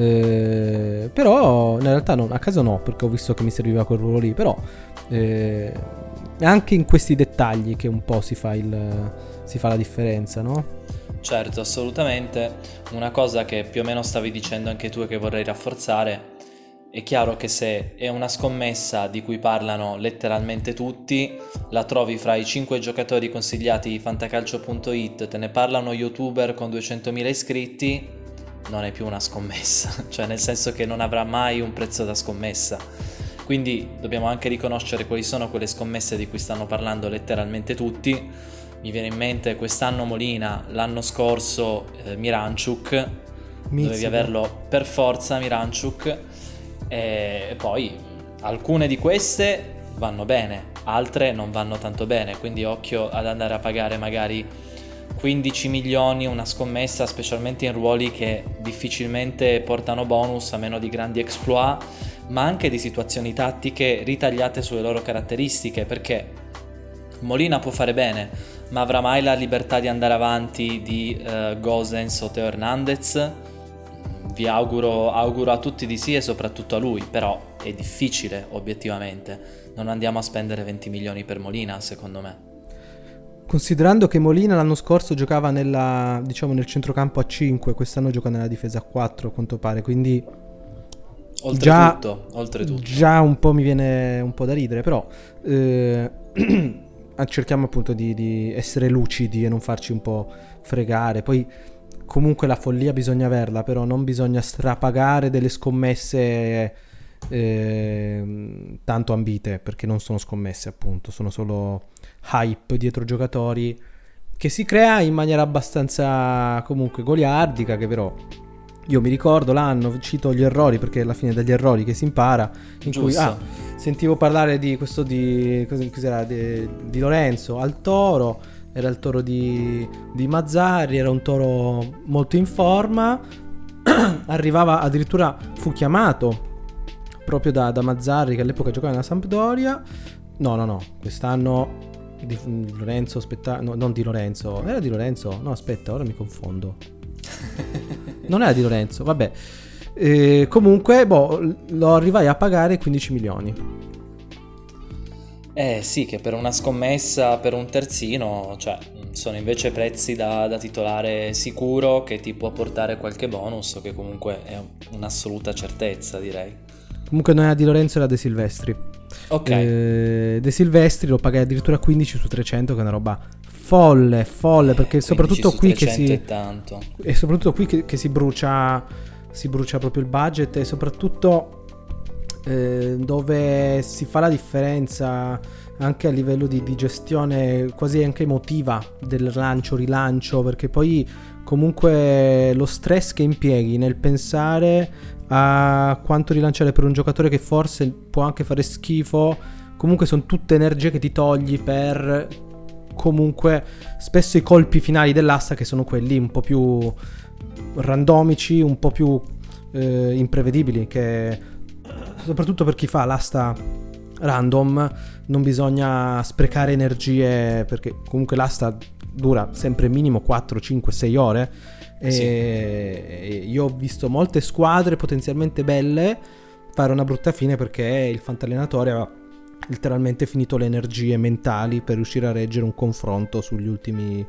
B: eh, però in realtà non, a caso no, perché ho visto che mi serviva quel ruolo lì, però eh, è anche in questi dettagli che un po' si fa il si fa la differenza, no?
A: Certo, assolutamente. Una cosa che più o meno stavi dicendo anche tu e che vorrei rafforzare, è chiaro che se è una scommessa di cui parlano letteralmente tutti, la trovi fra i cinque giocatori consigliati di fantacalcio punto it, te ne parla uno youtuber con duecentomila iscritti, non è più una scommessa, cioè nel senso che non avrà mai un prezzo da scommessa. Quindi dobbiamo anche riconoscere quali sono quelle scommesse di cui stanno parlando letteralmente tutti. Mi viene in mente quest'anno Molina, l'anno scorso eh, Miranchuk, Mizzica. Dovevi averlo per forza Miranchuk, e poi alcune di queste vanno bene, altre non vanno tanto bene, quindi occhio ad andare a pagare magari quindici milioni una scommessa, specialmente in ruoli che difficilmente portano bonus a meno di grandi exploit, ma anche di situazioni tattiche ritagliate sulle loro caratteristiche, perché Molina può fare bene, ma avrà mai la libertà di andare avanti di uh, Gosens o Teo Hernandez? Vi auguro, auguro a tutti di sì e soprattutto a lui, però è difficile obiettivamente. Non andiamo a spendere venti milioni per Molina, secondo me.
B: Considerando che Molina l'anno scorso giocava nella, diciamo, nel centrocampo a cinque, quest'anno gioca nella difesa a quattro, a quanto pare, quindi
A: oltretutto,
B: già,
A: oltretutto.
B: già un po' mi viene un po' da ridere, però eh, cerchiamo appunto di, di essere lucidi e non farci un po' fregare. Poi comunque la follia bisogna averla, però non bisogna strapagare delle scommesse eh, tanto ambite, perché non sono scommesse, appunto, sono solo hype dietro giocatori che si crea in maniera abbastanza comunque goliardica, che però io mi ricordo l'anno, cito gli errori perché alla fine è dagli errori che si impara, in
A: Giusto.
B: cui ah, sentivo parlare di questo di, cos'era, di, di Lorenzo al Toro, era il toro di, di Mazzarri, era un toro molto in forma, arrivava addirittura, fu chiamato proprio da, da Mazzarri, che all'epoca giocava nella Sampdoria. No no no, quest'anno di, di Lorenzo, aspetta, no, non di Lorenzo, era di Lorenzo, no aspetta, ora mi confondo. Non era di Lorenzo, vabbè. Eh, comunque, boh, lo arrivai a pagare quindici milioni.
A: Eh sì, che per una scommessa, per un terzino, cioè, sono invece prezzi da, da titolare sicuro, che ti può portare qualche bonus, che comunque è un'assoluta certezza, direi.
B: Comunque non era di Lorenzo, era De Silvestri.
A: Ok.
B: Eh, De Silvestri lo pagai addirittura quindici su trecento, che è una roba folle, folle, perché soprattutto qui che si
A: è tanto.
B: E soprattutto qui che, che si brucia si brucia proprio il budget, e soprattutto eh, dove si fa la differenza anche a livello di, di gestione quasi anche emotiva del lancio rilancio, perché poi comunque lo stress che impieghi nel pensare a quanto rilanciare per un giocatore che forse può anche fare schifo, comunque sono tutte energie che ti togli per comunque spesso i colpi finali dell'asta, che sono quelli un po' più randomici, un po' più eh, imprevedibili, che soprattutto per chi fa l'asta random non bisogna sprecare energie, perché comunque l'asta dura sempre minimo quattro, cinque, sei ore e sì. Io ho visto molte squadre potenzialmente belle fare una brutta fine perché il fantallenatore aveva letteralmente finito le energie mentali per riuscire a reggere un confronto sugli ultimi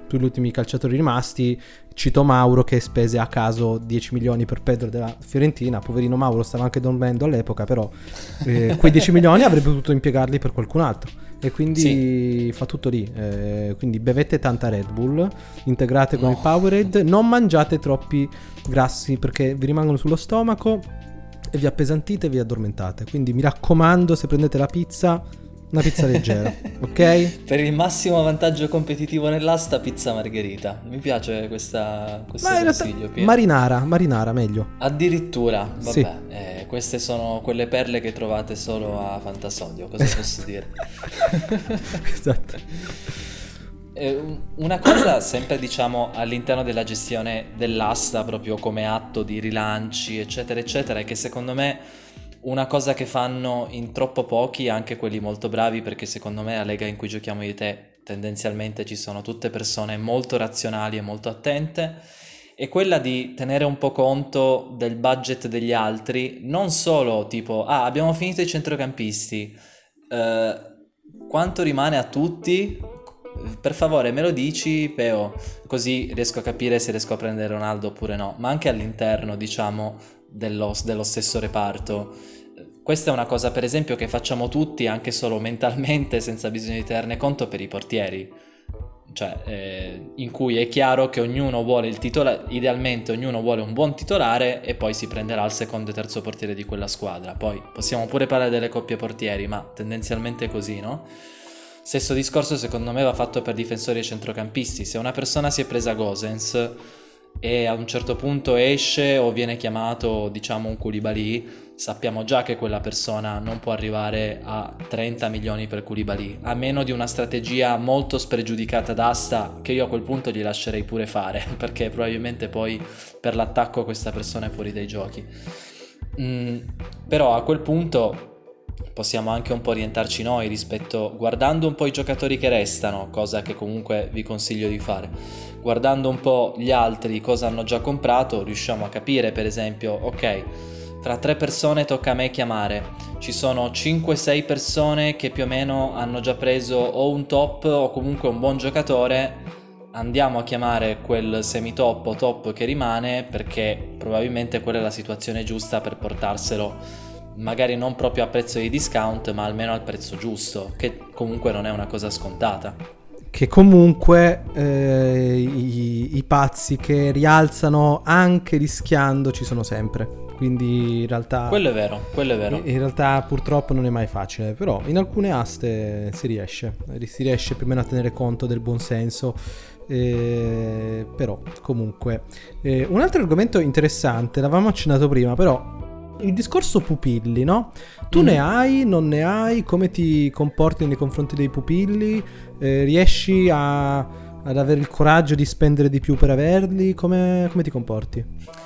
B: sugli ultimi calciatori rimasti. Cito Mauro che spese a caso dieci milioni per Pedro della Fiorentina. Poverino Mauro, stava anche dormendo all'epoca, però eh, quei dieci milioni avrebbe potuto impiegarli per qualcun altro, e quindi sì, fa tutto lì. Eh, quindi bevete tanta Red Bull, integrate con no. il Powerade, non mangiate troppi grassi perché vi rimangono sullo stomaco e vi appesantite e vi addormentate. Quindi mi raccomando, se prendete la pizza, una pizza leggera, ok?
A: Per il massimo vantaggio competitivo nell'asta, pizza margherita. Mi piace questa, questo
B: Ma
A: consiglio.
B: Marinara, marinara meglio.
A: Addirittura, vabbè,
B: sì.
A: eh, queste sono quelle perle che trovate solo a Fantasodio, cosa esatto. posso dire?
B: Esatto.
A: Eh, una cosa sempre, diciamo, all'interno della gestione dell'asta, proprio come atto di rilanci, eccetera, eccetera, è che secondo me una cosa che fanno in troppo pochi, anche quelli molto bravi, perché secondo me la lega in cui giochiamo io e te tendenzialmente ci sono tutte persone molto razionali e molto attente, è quella di tenere un po' conto del budget degli altri, non solo tipo, ah, abbiamo finito i centrocampisti, eh, quanto rimane a tutti? Per favore me lo dici, Peo, così riesco a capire se riesco a prendere Ronaldo oppure no, ma anche all'interno, diciamo, dello, dello stesso reparto. Questa è una cosa, per esempio, che facciamo tutti anche solo mentalmente, senza bisogno di tenerne conto, per i portieri, cioè eh, in cui è chiaro che ognuno vuole il titolare, idealmente ognuno vuole un buon titolare e poi si prenderà il secondo e terzo portiere di quella squadra. Poi possiamo pure parlare delle coppie portieri, ma tendenzialmente è così, no? Stesso discorso secondo me va fatto per difensori e centrocampisti. Se una persona si è presa Gosens e a un certo punto esce o viene chiamato, diciamo, un Koulibaly, sappiamo già che quella persona non può arrivare a trenta milioni per Koulibaly, a meno di una strategia molto spregiudicata d'asta, che io a quel punto gli lascerei pure fare, perché probabilmente poi per l'attacco questa persona è fuori dai giochi. Mm, però a quel punto possiamo anche un po' orientarci noi rispetto, guardando un po' i giocatori che restano, cosa che comunque vi consiglio di fare, guardando un po' gli altri cosa hanno già comprato, riusciamo a capire, per esempio, ok, fra tre persone tocca a me chiamare, ci sono cinque sei persone che più o meno hanno già preso o un top o comunque un buon giocatore, andiamo a chiamare quel semi-top o top che rimane, perché probabilmente quella è la situazione giusta per portarselo, magari non proprio a prezzo di discount, ma almeno al prezzo giusto, che comunque non è una cosa scontata.
B: Che comunque eh, i, i pazzi che rialzano anche rischiando ci sono sempre. Quindi in realtà
A: quello è vero, quello è vero.
B: In realtà purtroppo non è mai facile, però in alcune aste si riesce, si riesce più o meno a tenere conto del buon senso. Eh, però comunque eh, un altro argomento interessante, l'avevamo accennato prima, però il discorso pupilli, no? Tu mm. ne hai, non ne hai? Come ti comporti nei confronti dei pupilli? Eh, riesci a, ad avere il coraggio di spendere di più per averli? Come, come ti comporti?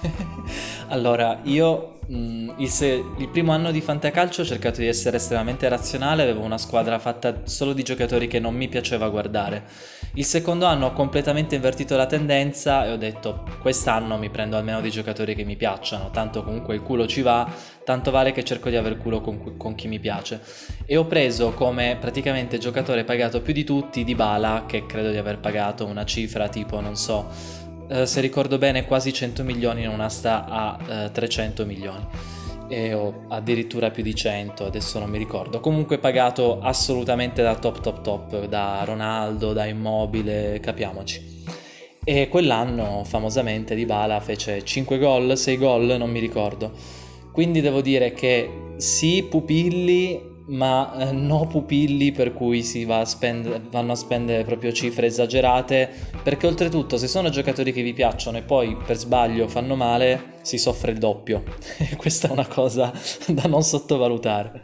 A: Allora, io mh, il, se, il primo anno di Fantacalcio ho cercato di essere estremamente razionale, avevo una squadra fatta solo di giocatori che non mi piaceva guardare. Il secondo anno ho completamente invertito la tendenza e ho detto quest'anno mi prendo almeno dei giocatori che mi piacciono, tanto comunque il culo ci va, tanto vale che cerco di aver culo con, con chi mi piace. E ho preso come praticamente giocatore pagato più di tutti Dybala, che credo di aver pagato una cifra tipo, non so, eh, se ricordo bene quasi cento milioni in un'asta a eh, trecento milioni. E ho addirittura più di cento, adesso non mi ricordo, comunque pagato assolutamente da top top top, da Ronaldo, da Immobile, capiamoci. E quell'anno famosamente Dybala fece cinque gol, sei gol, non mi ricordo, quindi devo dire che sì, pupilli, ma eh, no pupilli per cui si va a spendere, vanno a spendere proprio cifre esagerate, perché oltretutto se sono giocatori che vi piacciono e poi per sbaglio fanno male si soffre il doppio e questa è una cosa da non sottovalutare.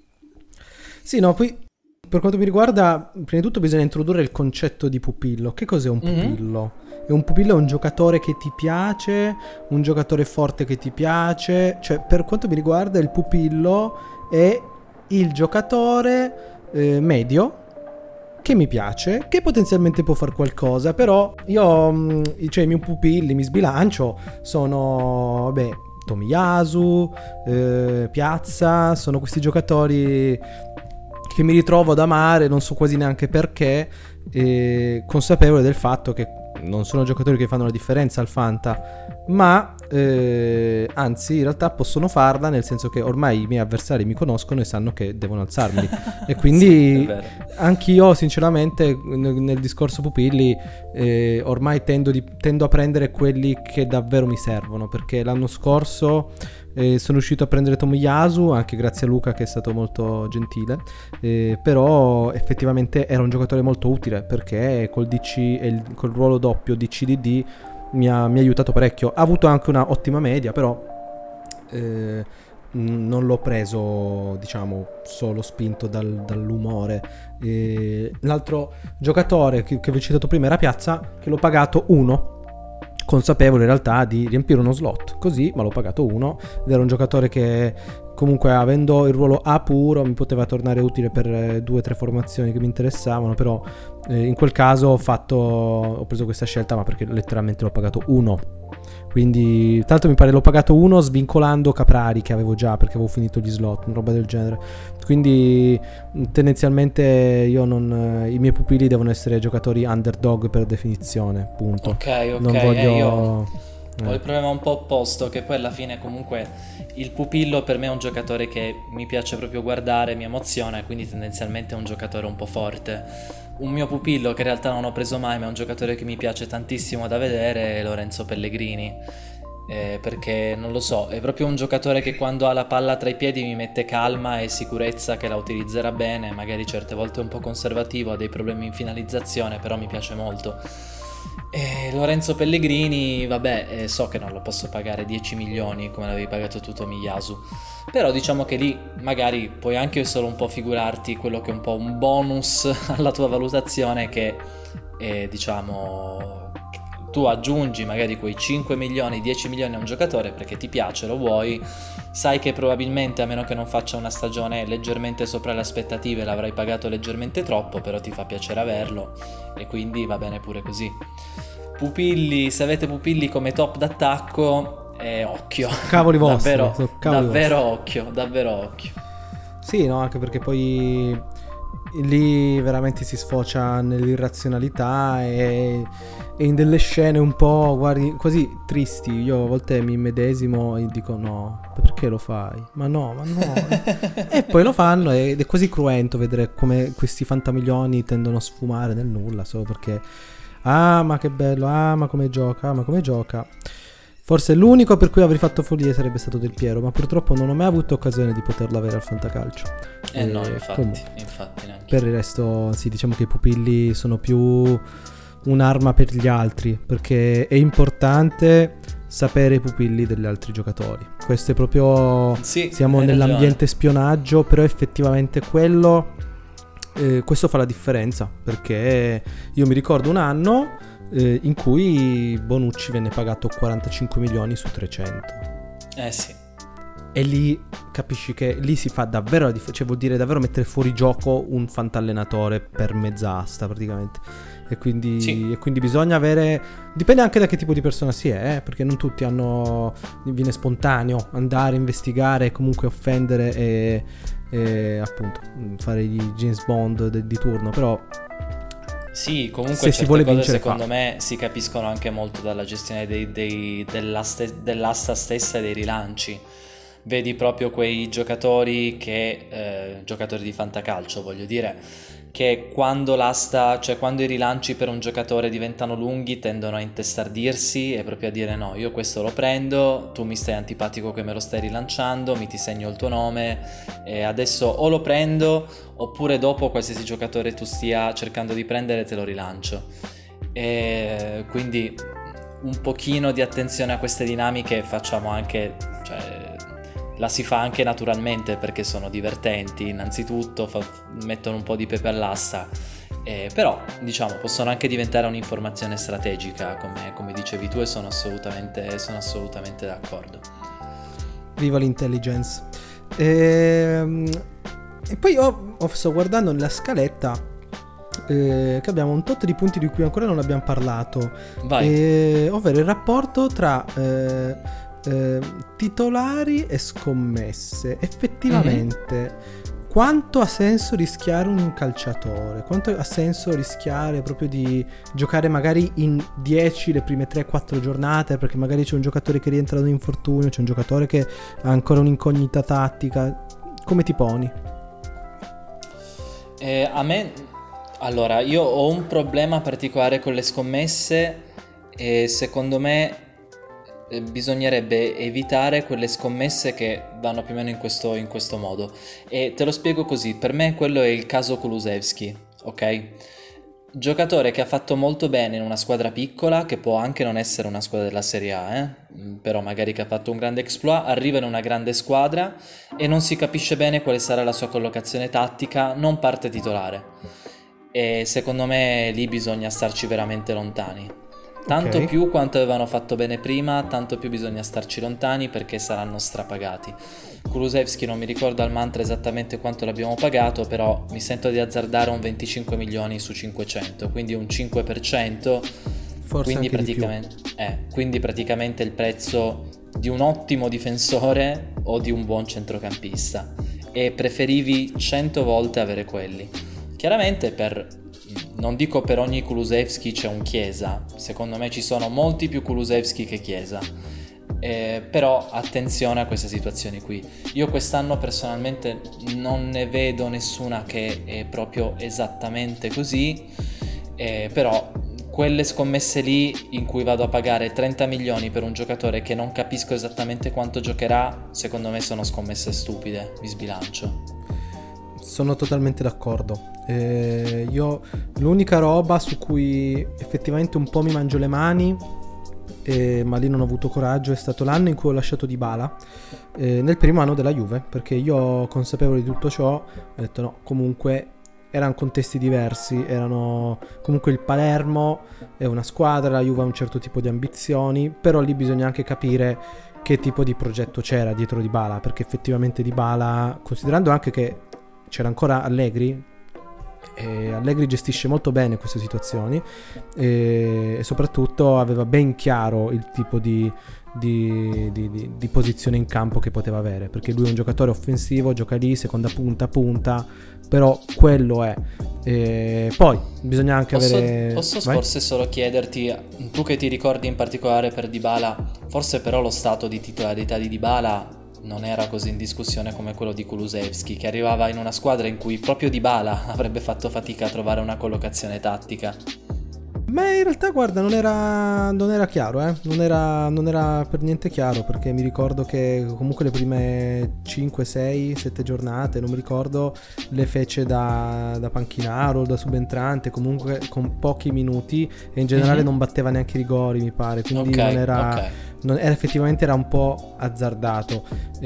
B: Sì, no, poi per quanto mi riguarda prima di tutto bisogna introdurre il concetto di pupillo. Che cos'è un pupillo? Mm-hmm. E un pupillo è un giocatore che ti piace, un giocatore forte che ti piace, cioè per quanto mi riguarda il pupillo è il giocatore eh, medio che mi piace, che potenzialmente può fare qualcosa, però io, mh, cioè i miei pupilli, mi sbilancio, sono, beh, Tomiyasu, eh, Piazza, sono questi giocatori che mi ritrovo ad amare, non so quasi neanche perché, eh, consapevole del fatto che non sono giocatori che fanno la differenza al Fanta, ma eh, anzi in realtà possono farla, nel senso che ormai i miei avversari mi conoscono e sanno che devono alzarmi e quindi sì, anch'io sinceramente nel, nel discorso pupilli eh, ormai tendo, di, tendo a prendere quelli che davvero mi servono, perché l'anno scorso eh, sono riuscito a prendere Tomiyasu anche grazie a Luca che è stato molto gentile, eh, però effettivamente era un giocatore molto utile perché col D C e il, col ruolo doppio D C D D mi ha, mi ha aiutato parecchio. Ha avuto anche una ottima media, però eh, non l'ho preso diciamo solo spinto dal, dall'umore. Eh, l'altro giocatore che, che vi ho citato prima era Piazza, che l'ho pagato uno, consapevole in realtà di riempire uno slot così, ma l'ho pagato uno ed era un giocatore che comunque avendo il ruolo A puro mi poteva tornare utile per eh, due o tre formazioni che mi interessavano, però eh, in quel caso ho fatto ho preso questa scelta, ma perché letteralmente l'ho pagato uno, quindi tra l'altro mi pare l'ho pagato uno svincolando Caprari che avevo già perché avevo finito gli slot, una roba del genere, quindi tendenzialmente io non i miei pupilli devono essere giocatori underdog per definizione, punto.
A: Ok, ok,
B: non voglio
A: eh, io... Ho il problema un po' opposto, che poi alla fine comunque il pupillo per me è un giocatore che mi piace proprio guardare, mi emoziona, e quindi tendenzialmente è un giocatore un po' forte. Un mio pupillo che in realtà non ho preso mai, ma è un giocatore che mi piace tantissimo da vedere, è Lorenzo Pellegrini, eh, perché non lo so, è proprio un giocatore che quando ha la palla tra i piedi mi mette calma e sicurezza che la utilizzerà bene, magari certe volte è un po' conservativo, ha dei problemi in finalizzazione, però mi piace molto. E Lorenzo Pellegrini, vabbè, eh, so che non lo posso pagare dieci milioni come l'avevi pagato tu Tomiyasu, però diciamo che lì magari puoi anche solo un po' figurarti quello che è un po' un bonus alla tua valutazione, che è, diciamo, tu aggiungi magari quei cinque milioni, dieci milioni a un giocatore perché ti piace, lo vuoi, sai che probabilmente a meno che non faccia una stagione leggermente sopra le aspettative l'avrai pagato leggermente troppo, però ti fa piacere averlo e quindi va bene pure così. Pupilli, se avete pupilli come top d'attacco, eh, occhio,
B: cavoli vostri,
A: davvero,
B: cavoli
A: davvero
B: vostri.
A: occhio, davvero occhio.
B: Sì, no, anche perché poi lì veramente si sfocia nell'irrazionalità e, e in delle scene un po', guardi, quasi tristi. Io a volte mi immedesimo e dico no, perché lo fai? Ma no, ma no. E poi lo fanno ed è quasi cruento vedere come questi fantamilioni tendono a sfumare nel nulla solo perché ah ma che bello, ah ma come gioca, ah ma come gioca. Forse l'unico per cui avrei fatto follie sarebbe stato Del Piero, ma purtroppo non ho mai avuto occasione di poterlo avere al fantacalcio.
A: Eh e no, infatti, com- infatti neanche.
B: Per il resto sì, diciamo che i pupilli sono più un'arma per gli altri, perché è importante sapere i pupilli degli altri giocatori. Questo è proprio
A: sì,
B: siamo nell'ambiente ragione. Spionaggio, però effettivamente quello eh, questo fa la differenza, perché io mi ricordo un anno Eh, in cui Bonucci venne pagato quarantacinque milioni su trecento.
A: Eh sì.
B: E lì capisci che lì si fa davvero la differenza, cioè vuol dire davvero mettere fuori gioco un fantallenatore per mezza asta praticamente. E quindi, sì. e quindi bisogna avere, dipende anche da che tipo di persona si è, eh, perché non tutti hanno, viene spontaneo andare a investigare, comunque offendere e, e appunto fare gli James Bond de, di turno, però
A: sì, comunque se certe si vuole cose vincere, secondo fa. me si capiscono anche molto dalla gestione dei, dei, dell'asta, dell'asta stessa e dei rilanci. Vedi proprio quei giocatori che eh, giocatori di fantacalcio voglio dire, che quando l'asta, cioè quando i rilanci per un giocatore diventano lunghi tendono a intestardirsi e proprio a dire no, io questo lo prendo, tu mi stai antipatico che me lo stai rilanciando, mi ti segno il tuo nome e adesso o lo prendo oppure dopo qualsiasi giocatore tu stia cercando di prendere te lo rilancio. E quindi un pochino di attenzione a queste dinamiche facciamo anche, cioè la si fa anche naturalmente perché sono divertenti innanzitutto, fa, mettono un po' di pepe all'asta, eh, però diciamo possono anche diventare un'informazione strategica come, come dicevi tu, e sono assolutamente, sono assolutamente d'accordo.
B: Viva l'intelligence. E, e poi io oh, sto guardando nella scaletta eh, che abbiamo un tot di punti di cui ancora non abbiamo parlato.
A: Vai.
B: Eh, ovvero il rapporto tra eh, Eh, titolari e scommesse. Effettivamente, mm-hmm. quanto ha senso rischiare un calciatore? Quanto ha senso rischiare proprio di giocare magari in dieci le prime tre quattro giornate, perché magari c'è un giocatore che rientra da un infortunio, c'è un giocatore che ha ancora un'incognita tattica? Come ti poni?
A: Eh, a me, allora, io ho un problema particolare con le scommesse e secondo me eh, bisognerebbe evitare quelle scommesse che vanno più o meno in questo, in questo modo. E te lo spiego così, per me quello è il caso Kulusevski, ok? Giocatore che ha fatto molto bene in una squadra piccola, che può anche non essere una squadra della Serie A, eh? Mm, però magari che ha fatto un grande exploit, arriva in una grande squadra e non si capisce bene quale sarà la sua collocazione tattica, non parte titolare. E secondo me lì bisogna starci veramente lontani. Tanto
B: Ok.
A: più quanto avevano fatto bene prima, tanto più bisogna starci lontani perché saranno strapagati. Kulusevski non mi ricordo al mantra esattamente quanto l'abbiamo pagato, però mi sento di azzardare un venticinque milioni su cinquecento, quindi un cinque per cento,
B: Forse
A: quindi
B: anche di più.
A: praticamente, eh, quindi praticamente il prezzo di un ottimo difensore o di un buon centrocampista, e preferivi cento volte avere quelli. Chiaramente per, non dico per ogni Kulusevski c'è un Chiesa, secondo me ci sono molti più Kulusevski che Chiesa, eh, però attenzione a queste situazioni qui. Io quest'anno personalmente non ne vedo nessuna che è proprio esattamente così, eh, però quelle scommesse lì in cui vado a pagare trenta milioni per un giocatore che non capisco esattamente quanto giocherà, secondo me sono scommesse stupide, mi sbilancio.
B: Sono totalmente d'accordo. Eh, io l'unica roba su cui effettivamente un po' mi mangio le mani, eh, ma lì non ho avuto coraggio, è stato l'anno in cui ho lasciato Dybala, eh, nel primo anno della Juve, perché io, consapevole di tutto ciò, ho detto no, comunque erano contesti diversi, erano comunque il Palermo è una squadra, la Juve ha un certo tipo di ambizioni, però lì bisogna anche capire che tipo di progetto c'era dietro Dybala, perché effettivamente Dybala, considerando anche che c'era ancora Allegri, e Allegri gestisce molto bene queste situazioni, e, e soprattutto aveva ben chiaro il tipo di, di, di, di, di posizione in campo che poteva avere, perché lui è un giocatore offensivo, gioca lì, seconda punta, punta, però quello è. E poi bisogna anche
A: Posso,
B: avere...
A: posso
B: Vai?
A: forse solo chiederti, tu che ti ricordi in particolare per Dybala, forse però lo stato di titolarità di Dybala non era così in discussione come quello di Kulusevski, che arrivava in una squadra in cui proprio Dybala avrebbe fatto fatica a trovare una collocazione tattica.
B: Ma in realtà guarda, non era, non era chiaro, eh? non, era, non era per niente chiaro, perché mi ricordo che comunque le prime cinque, sei, sette giornate, non mi ricordo, le fece da, da panchinaro, da subentrante, comunque con pochi minuti, e in generale
A: Mhm.
B: non batteva neanche i rigori, mi pare, quindi
A: Ok,
B: non era...
A: ok.
B: non era, effettivamente era un po' azzardato,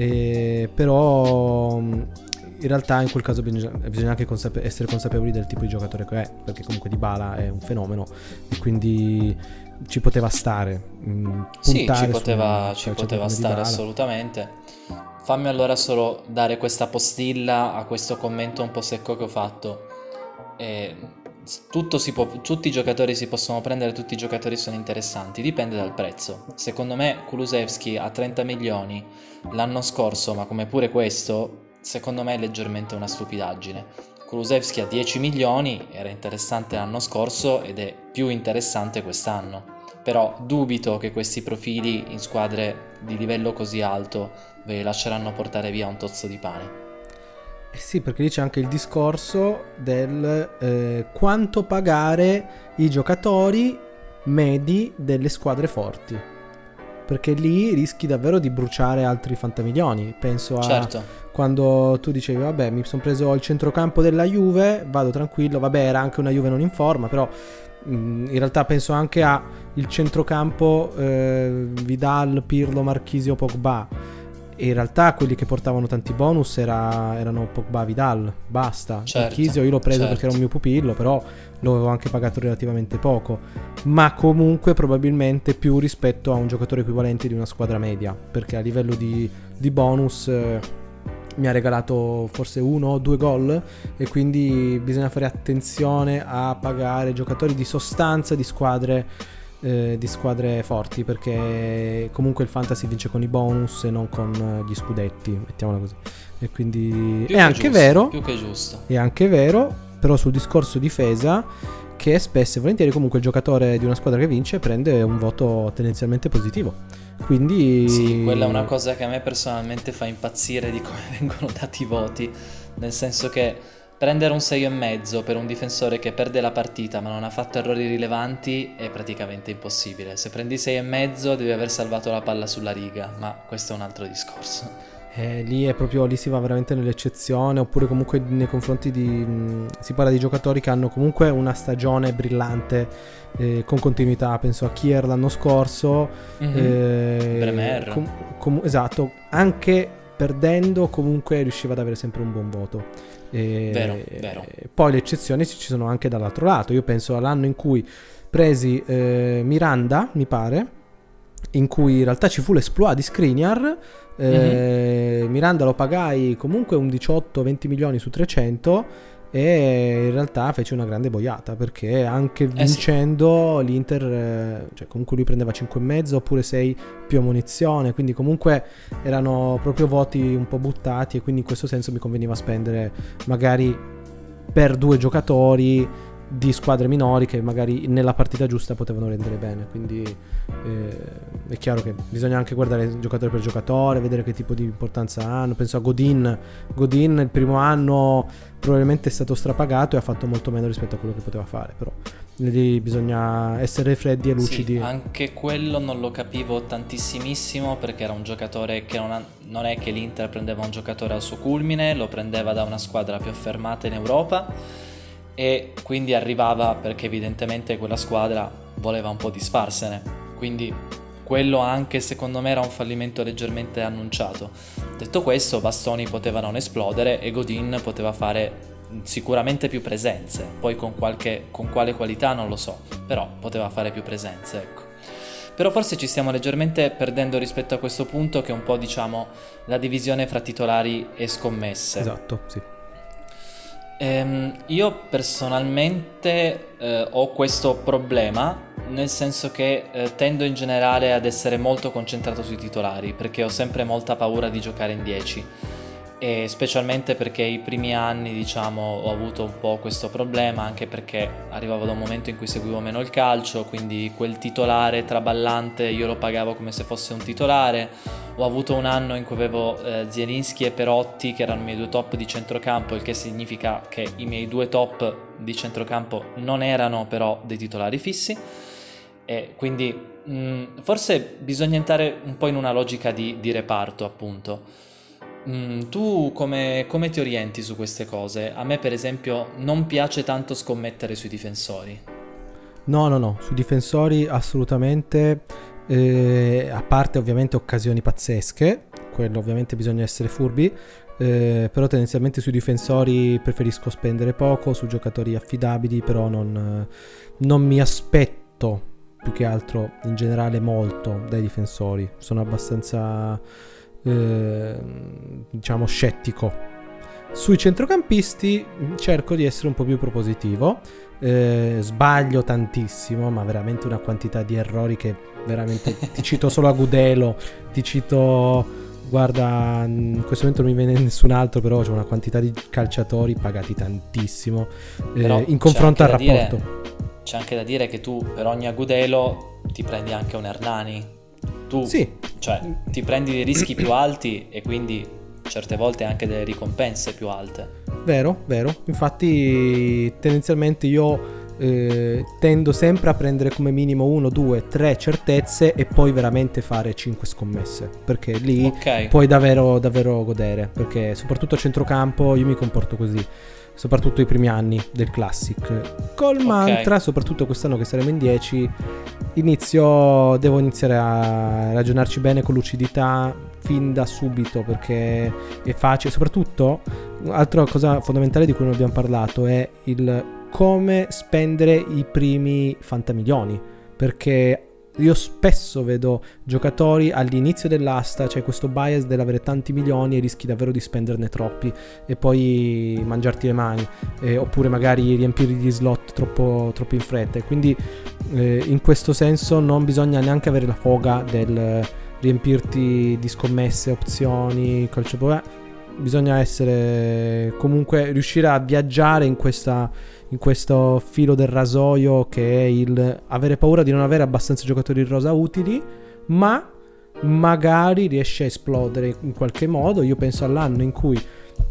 B: eh, però mh, in realtà in quel caso bisogna, bisogna anche consape- essere consapevoli del tipo di giocatore che è, perché comunque Dybala è un fenomeno e quindi ci poteva stare, mh,
A: Sì, ci
B: puntare su
A: poteva,
B: un
A: ci
B: calciatore
A: poteva
B: come
A: stare
B: Dybala.
A: assolutamente. Fammi allora solo dare questa postilla a questo commento un po' secco che ho fatto. Eh, s- tutto si può, tutti i giocatori si possono prendere, tutti i giocatori sono interessanti, dipende dal prezzo. Secondo me Kulusevski a trenta milioni l'anno scorso, ma come pure questo, secondo me è leggermente una stupidaggine. Kulusevski a dieci milioni era interessante l'anno scorso ed è più interessante quest'anno. Però dubito che questi profili in squadre di livello così alto ve lasceranno portare via un tozzo di pane.
B: Eh sì, perché lì c'è anche il discorso del eh, quanto pagare i giocatori medi delle squadre forti, perché lì rischi davvero di bruciare altri fantamilioni. Penso a
A: Certo,
B: quando tu dicevi vabbè, mi sono preso il centrocampo della Juve, vado tranquillo, vabbè, era anche una Juve non in forma, però mh, in realtà penso anche a il centrocampo eh, Vidal, Pirlo, Marchisio, Pogba, e in realtà quelli che portavano tanti bonus era, erano Pogba, Vidal, basta.
A: certo,
B: Marchisio io l'ho preso
A: certo.
B: perché era un mio pupillo, però lo avevo anche pagato relativamente poco, ma comunque probabilmente più rispetto a un giocatore equivalente di una squadra media, perché a livello di, di bonus eh, mi ha regalato forse uno o due gol, e quindi bisogna fare attenzione a pagare giocatori di sostanza di squadre eh, di squadre forti, perché comunque il fantasy vince con i bonus e non con eh, gli scudetti, mettiamola così. E quindi
A: Più
B: è
A: che
B: anche
A: giusto,
B: vero,
A: più che giusto.
B: è anche vero, però sul discorso difesa, che spesso e volentieri comunque il giocatore di una squadra che vince prende un voto tendenzialmente positivo. Quindi
A: Sì, quella è una cosa che a me personalmente fa impazzire di come vengono dati i voti, nel senso che prendere un sei e mezzo per un difensore che perde la partita ma non ha fatto errori rilevanti è praticamente impossibile. Se prendi sei e mezzo devi aver salvato la palla sulla riga, ma questo è un altro discorso.
B: Eh, lì è proprio, lì si va veramente nell'eccezione, oppure comunque nei confronti di mh, si parla di giocatori che hanno comunque una stagione brillante, eh, con continuità. Penso a Kier l'anno scorso,
A: Mhm.
B: eh,
A: Bremer.
B: com- com- esatto, anche perdendo comunque riusciva ad avere sempre un buon voto. E,
A: Vero, vero.
B: Poi le eccezioni ci sono anche dall'altro lato. Io penso all'anno in cui presi eh, Miranda, mi pare, in cui in realtà ci fu l'esploit di Skriniar. eh,
A: Mhm.
B: Miranda lo pagai comunque un diciotto venti milioni su trecento, e in realtà fece una grande boiata, perché anche
A: Eh sì.
B: vincendo l'Inter, eh, cioè comunque lui prendeva cinque e mezzo oppure sei più ammonizione, quindi comunque erano proprio voti un po' buttati, e quindi in questo senso mi conveniva spendere magari per due giocatori di squadre minori che magari nella partita giusta potevano rendere bene. Quindi eh, è chiaro che bisogna anche guardare giocatore per giocatore, vedere che tipo di importanza hanno. Penso a Godin. Godin il primo anno probabilmente è stato strapagato e ha fatto molto meno rispetto a quello che poteva fare, però lì bisogna essere freddi e lucidi.
A: Sì, anche quello non lo capivo tantissimissimo, perché era un giocatore che non, ha- non è che l'Inter prendeva un giocatore al suo culmine, lo prendeva da una squadra più affermata in Europa e quindi arrivava perché evidentemente quella squadra voleva un po' disfarsene. Quindi quello anche secondo me era un fallimento leggermente annunciato. Detto questo, Bastoni poteva non esplodere e Godin poteva fare sicuramente più presenze, poi con qualche con quale qualità non lo so, però poteva fare più presenze, ecco. Però forse ci stiamo leggermente perdendo rispetto a questo punto, che è un po', diciamo, la divisione fra titolari e scommesse.
B: Esatto, sì.
A: Ehm, io personalmente eh, ho questo problema, nel senso che eh, tendo in generale ad essere molto concentrato sui titolari, perché ho sempre molta paura di giocare in dieci. E specialmente perché i primi anni, diciamo, ho avuto un po' questo problema, anche perché arrivavo da un momento in cui seguivo meno il calcio, quindi quel titolare traballante io lo pagavo come se fosse un titolare. Ho avuto un anno in cui avevo eh, Zielinski e Perotti, che erano i miei due top di centrocampo, il che significa che i miei due top di centrocampo non erano però dei titolari fissi. E quindi mh, forse bisogna entrare un po' in una logica di, di reparto, appunto. Mm, tu come, come ti orienti su queste cose? A me per esempio non piace tanto scommettere sui difensori.
B: No, no, no, sui difensori assolutamente, eh, a parte ovviamente occasioni pazzesche, quello ovviamente bisogna essere furbi, eh, però tendenzialmente sui difensori preferisco spendere poco, su giocatori affidabili, però non, non mi aspetto più che altro in generale molto dai difensori, sono abbastanza, eh, diciamo, scettico. Sui centrocampisti cerco di essere un po' più propositivo. Eh, sbaglio tantissimo, ma veramente una quantità di errori che veramente ti cito solo Agudelo, ti cito, guarda, in questo momento non mi viene nessun altro, però c'è una quantità di calciatori pagati tantissimo, eh,
A: Però
B: in
A: c'è
B: confronto al
A: anche da dire-
B: rapporto.
A: C'è anche da dire che tu per ogni Agudelo ti prendi anche un Hernani. Tu,
B: Sì,
A: cioè, ti prendi dei rischi più alti e quindi certe volte anche delle ricompense più alte.
B: vero, vero. Infatti tendenzialmente io eh, tendo sempre a prendere come minimo uno, due, tre certezze e poi veramente fare cinque scommesse, perché lì
A: Ok.
B: puoi davvero, davvero godere, perché soprattutto a centrocampo io mi comporto così, soprattutto i primi anni del Classic. Col
A: Ok.
B: mantra, soprattutto quest'anno che saremo in dieci, inizio, devo iniziare a ragionarci bene con lucidità fin da subito, perché è facile. Soprattutto, altra cosa fondamentale di cui non abbiamo parlato è il come spendere i primi fantamilioni, perché io spesso vedo giocatori all'inizio dell'asta, c'è questo bias dell'avere tanti milioni e rischi davvero di spenderne troppi e poi mangiarti le mani, eh, oppure magari riempire gli slot troppo, troppo in fretta. E quindi eh, in questo senso non bisogna neanche avere la foga del riempirti di scommesse, opzioni, calcio. Bisogna essere comunque riuscire a viaggiare in questa in questo filo del rasoio, che è il avere paura di non avere abbastanza giocatori rosa utili, ma magari riesce a esplodere in qualche modo. Io penso all'anno in cui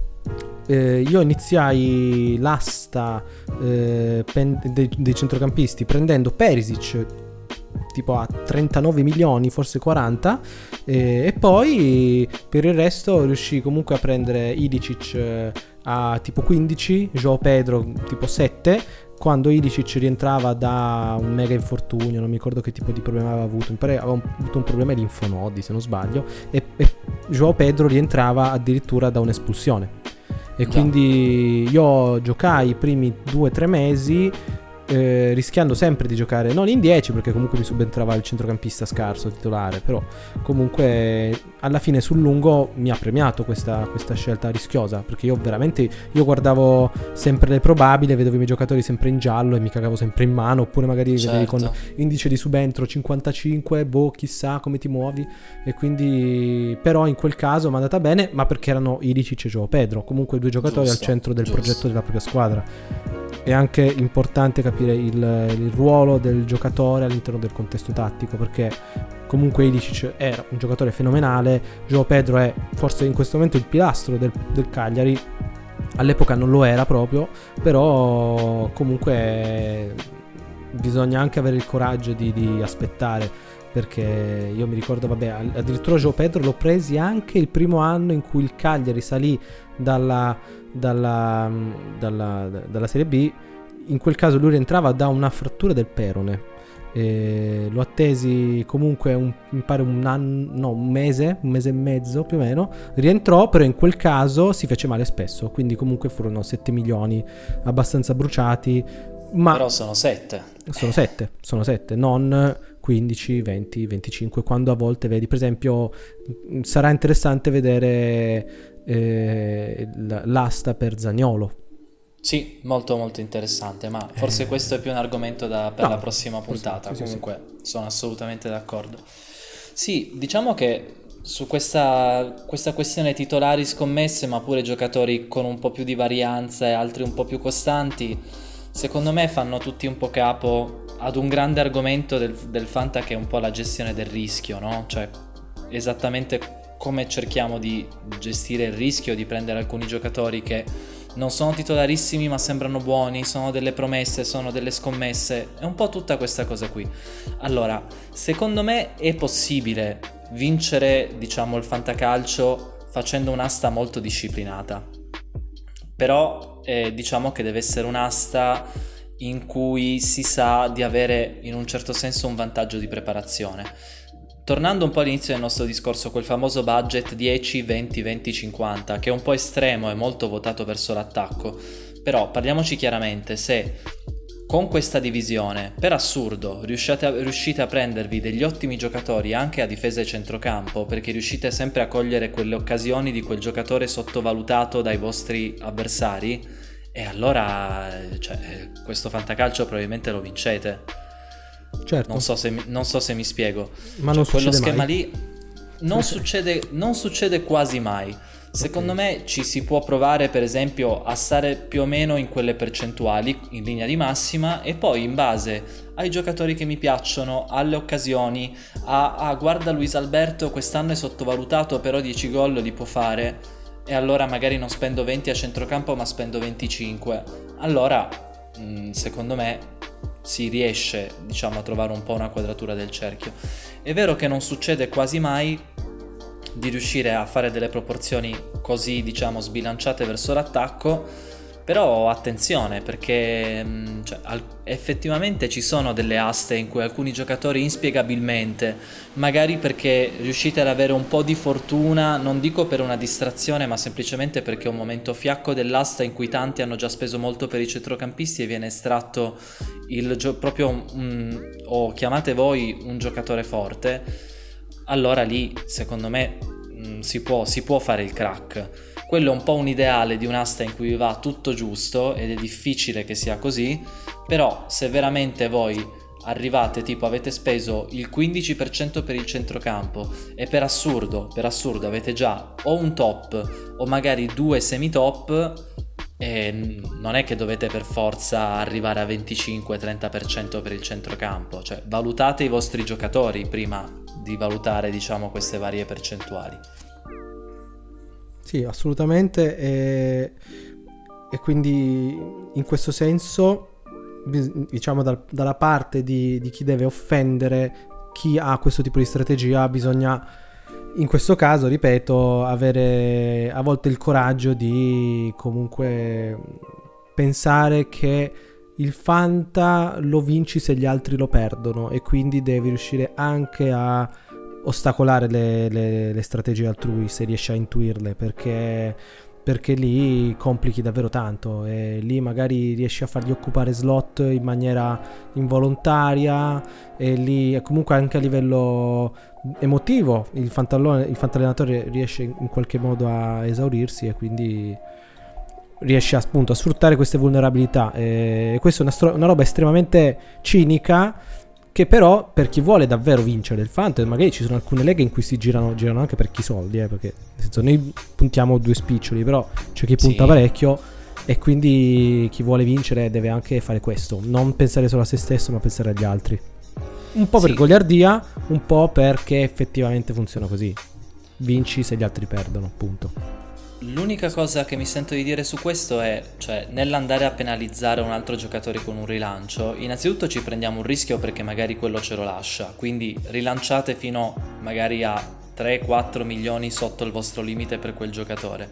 B: eh, io iniziai l'asta eh, pen- dei, dei centrocampisti prendendo Perisic tipo a trentanove milioni, forse quaranta, eh, e poi per il resto riuscì comunque a prendere Ilicic eh, a tipo quindici, João Pedro tipo sette, quando Ilicic rientrava da un mega infortunio, non mi ricordo che tipo di problema aveva avuto, mi pare aveva un, avuto un problema di linfonodi se non sbaglio, e, e João Pedro rientrava addirittura da un'espulsione. E
A: Già.
B: quindi io giocai i primi due o tre mesi Eh, rischiando sempre di giocare non in dieci, perché comunque mi subentrava il centrocampista scarso titolare, però comunque alla fine sul lungo mi ha premiato questa, questa scelta rischiosa, perché io veramente io guardavo sempre le probabili, vedevo i miei giocatori sempre in giallo e mi cagavo sempre in mano, oppure magari
A: certo.
B: vedevi con indice di subentro cinquantacinque, boh, chissà come ti muovi. E quindi però in quel caso mi è andata bene, ma perché erano Ilicic e João Pedro, comunque due giocatori
A: Giusto,
B: al centro del
A: giusto.
B: progetto della propria squadra. È anche importante capire il, il ruolo del giocatore all'interno del contesto tattico, perché comunque Ilicic era un giocatore fenomenale, João Pedro è forse in questo momento il pilastro del, del Cagliari, all'epoca non lo era proprio, però comunque bisogna anche avere il coraggio di, di aspettare, perché io mi ricordo, vabbè, addirittura João Pedro l'ho presi anche il primo anno in cui il Cagliari salì dalla Dalla, dalla, dalla Serie B. In quel caso lui rientrava da una frattura del perone, e lo attesi comunque un, mi pare un anno, no, un mese, un mese e mezzo più o meno. Rientrò, però in quel caso si fece male spesso, quindi comunque furono sette milioni abbastanza bruciati. Ma
A: però sono sette.
B: Sono sette, sono sette, non quindici, venti, venticinque, quando a volte vedi, per esempio, sarà interessante vedere eh, l'asta per Zaniolo.
A: Sì, molto molto interessante, ma forse
B: Eh.
A: questo è più un argomento da, per
B: No,
A: la prossima puntata.
B: sì, sì, sì,
A: Comunque sono assolutamente d'accordo. Sì, diciamo che su questa, questa questione titolari scommesse, ma pure giocatori con un po' più di varianza e altri un po' più costanti, secondo me fanno tutti un po' capo ad un grande argomento del, del Fanta, che è un po' la gestione del rischio, no? Cioè esattamente come cerchiamo di gestire il rischio di prendere alcuni giocatori che non sono titolarissimi ma sembrano buoni, sono delle promesse, sono delle scommesse, è un po' tutta questa cosa qui. Allora, secondo me è possibile vincere, diciamo, il fantacalcio facendo un'asta molto disciplinata, però eh, diciamo che deve essere un'asta in cui si sa di avere in un certo senso un vantaggio di preparazione. Tornando un po' all'inizio del nostro discorso, quel famoso budget dieci, venti, venti, cinquanta, che è un po' estremo e molto votato verso l'attacco, però parliamoci chiaramente, se con questa divisione, per assurdo, riuscite a, riuscite a prendervi degli ottimi giocatori anche a difesa e centrocampo, perché riuscite sempre a cogliere quelle occasioni di quel giocatore sottovalutato dai vostri avversari, e allora cioè, questo fantacalcio probabilmente lo vincete.
B: Certo.
A: Non so se mi, non so se mi spiego.
B: Ma
A: cioè,
B: non
A: quello
B: succede
A: schema
B: mai.
A: lì non succede, non succede quasi mai. Secondo
B: Okay.
A: me ci si può provare, per esempio, a stare più o meno in quelle percentuali in linea di massima, e poi in base ai giocatori che mi piacciono, alle occasioni, a, a guarda Luis Alberto quest'anno è sottovalutato però dieci gol li può fare, e allora magari non spendo venti a centrocampo ma spendo venticinque. Allora mh, secondo me si riesce, diciamo, a trovare un po' una quadratura del cerchio. È vero che non succede quasi mai di riuscire a fare delle proporzioni così, diciamo, sbilanciate verso l'attacco, Però attenzione, perché mh, cioè, al- effettivamente ci sono delle aste in cui alcuni giocatori inspiegabilmente, magari perché riuscite ad avere un po' di fortuna, non dico per una distrazione, ma semplicemente perché è un momento fiacco dell'asta in cui tanti hanno già speso molto per i centrocampisti e viene estratto il gio- proprio un, un- o chiamate voi un giocatore forte, allora lì secondo me mh, si può, si può fare il crack. Quello è un po' un ideale di un'asta in cui va tutto giusto ed è difficile che sia così, però se veramente voi arrivate, tipo avete speso il quindici per cento per il centrocampo e per assurdo, per assurdo avete già o un top o magari due semi-top, e non è che dovete per forza arrivare a venticinque trenta per cento per il centrocampo, cioè valutate i vostri giocatori prima di valutare, diciamo, queste varie percentuali.
B: Sì, assolutamente. E, e quindi in questo senso, bis- diciamo dal- dalla parte di, di chi deve offendere chi ha questo tipo di strategia, bisogna, in questo caso, ripeto, avere a volte il coraggio di comunque pensare che il Fanta lo vinci se gli altri lo perdono, e quindi devi riuscire anche a ostacolare le, le- le strategie altrui se riesci a intuirle, perché, perché lì complichi davvero tanto, e lì magari riesci a fargli occupare slot in maniera involontaria, e lì e comunque anche a livello emotivo il fantallone, il fantallenatore riesce in qualche modo a esaurirsi, e quindi riesce appunto a sfruttare queste vulnerabilità. E questa è una, stro- una roba estremamente cinica, che però per chi vuole davvero vincere il Fantasy, magari ci sono alcune leghe in cui si girano, girano anche per chi soldi, eh, perché nel senso, noi puntiamo due spiccioli, però c'è chi punta
A: Sì.
B: parecchio, e quindi chi vuole vincere deve anche fare questo, non pensare solo a se stesso ma pensare agli altri, un po' per
A: Sì.
B: goliardia, un po' perché effettivamente funziona così: vinci se gli altri perdono, punto.
A: L'unica cosa che mi sento di dire su questo è, cioè, nell'andare a penalizzare un altro giocatore con un rilancio, innanzitutto ci prendiamo un rischio perché magari quello ce lo lascia, quindi rilanciate fino magari a tre quattro milioni sotto il vostro limite per quel giocatore.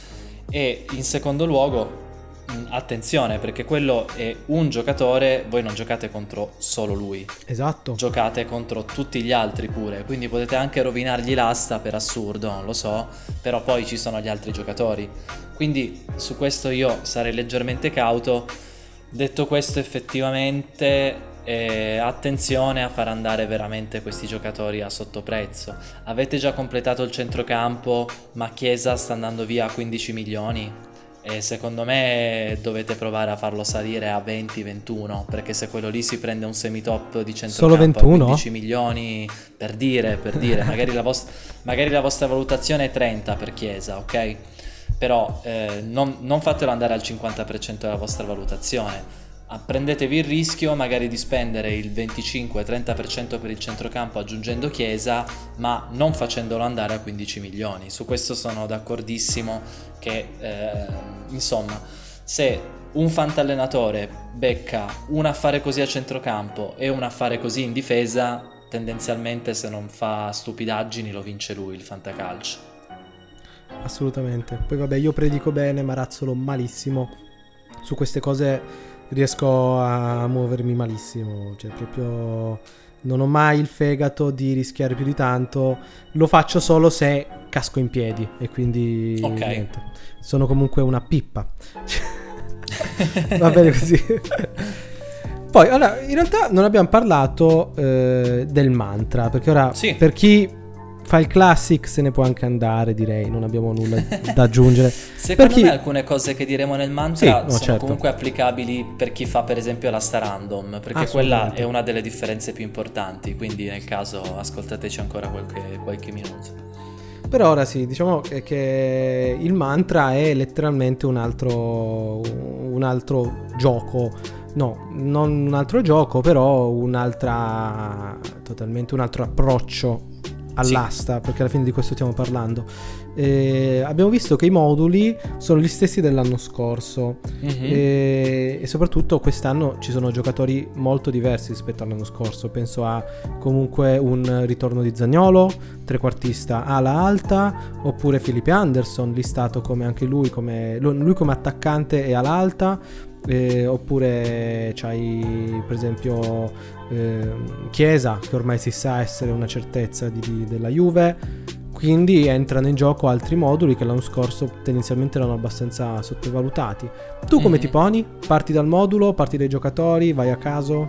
A: E in secondo luogo, mh, attenzione, perché quello è un giocatore, voi non giocate contro solo lui,
B: Esatto.
A: giocate contro tutti gli altri pure, quindi potete anche rovinargli l'asta per assurdo, non lo so, però poi ci sono gli altri giocatori, quindi su questo io sarei leggermente cauto. Detto questo, effettivamente eh, attenzione a far andare veramente questi giocatori a sottoprezzo. Avete già completato il centrocampo, ma Chiesa sta andando via a quindici milioni, e secondo me dovete provare a farlo salire a venti ventuno, perché se quello lì si prende un semitop di
B: Solo
A: centrocampo a
B: ventuno?
A: quindici milioni, per dire, per dire, magari la, vost- magari la vostra valutazione è trenta per Chiesa, ok? Però eh, non, non fatelo andare al cinquanta per cento della vostra valutazione. Ah, prendetevi il rischio magari di spendere il venticinque trenta per cento per il centrocampo aggiungendo Chiesa, ma non facendolo andare a quindici milioni. Su questo sono d'accordissimo che, eh, insomma, se un fantallenatore becca un affare così a centrocampo e un affare così in difesa, tendenzialmente se non fa stupidaggini lo vince lui il fantacalcio.
B: Assolutamente. Poi vabbè, io predico bene ma razzolo malissimo. Su queste cose riesco a muovermi malissimo, cioè proprio non ho mai il fegato di rischiare più di tanto. Lo faccio solo se casco in piedi, e quindi
A: Ok.
B: niente. Sono comunque una pippa. Va bene così. Poi, allora, in realtà non abbiamo parlato eh, del mantra, perché ora
A: Sì.
B: per chi fa il classic se ne può anche andare, direi, non abbiamo nulla da aggiungere.
A: Secondo
B: Per chi-
A: me alcune cose che diremo nel mantra
B: Sì, no,
A: sono
B: certo.
A: comunque applicabili per chi fa per esempio la sta random, perché quella
B: Assolutamente.
A: è una delle differenze più importanti, quindi nel caso ascoltateci ancora qualche, qualche minuto.
B: Per ora sì, diciamo che, che il mantra è letteralmente un altro, un altro gioco. No, non un altro gioco, però un'altra, totalmente un altro approccio all'asta, sì, perché alla fine di questo stiamo parlando. Eh, abbiamo visto che i moduli sono gli stessi dell'anno scorso, mm-hmm. e, e soprattutto quest'anno ci sono giocatori molto diversi rispetto all'anno scorso. Penso a comunque un ritorno di Zaniolo, trequartista ala alta, oppure Felipe Anderson listato come anche lui come, lui come attaccante e ala alta. Eh, oppure c'hai per esempio eh, Chiesa, che ormai si sa essere una certezza di, di, della Juve, quindi entrano in gioco altri moduli che l'anno scorso tendenzialmente erano abbastanza sottovalutati. Tu come mm-hmm. ti poni? Parti dal modulo, parti dai giocatori, vai a caso?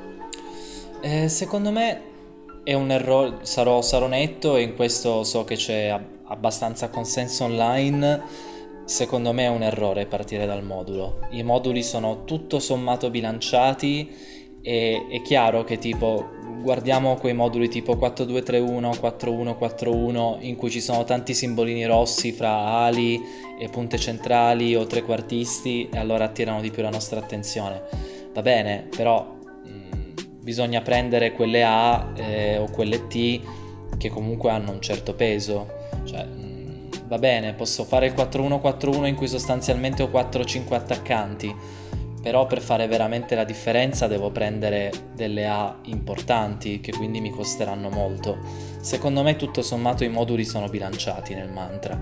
A: Eh, secondo me è un errore, sarò, sarò netto, e in questo so che c'è ab- abbastanza consenso online. Secondo me è un errore partire dal modulo. I moduli sono tutto sommato bilanciati, e è chiaro che tipo guardiamo quei moduli tipo quattro due tre uno, quattro uno quattro uno in cui ci sono tanti simbolini rossi fra ali e punte centrali o trequartisti, e allora attirano di più la nostra attenzione. Va bene, però mh, bisogna prendere quelle A eh, o quelle T che comunque hanno un certo peso. Cioè va bene, posso fare il quattro uno quattro uno in cui sostanzialmente ho quattro cinque attaccanti, però per fare veramente la differenza devo prendere delle A importanti, che quindi mi costeranno molto. Secondo me tutto sommato i moduli sono bilanciati nel mantra,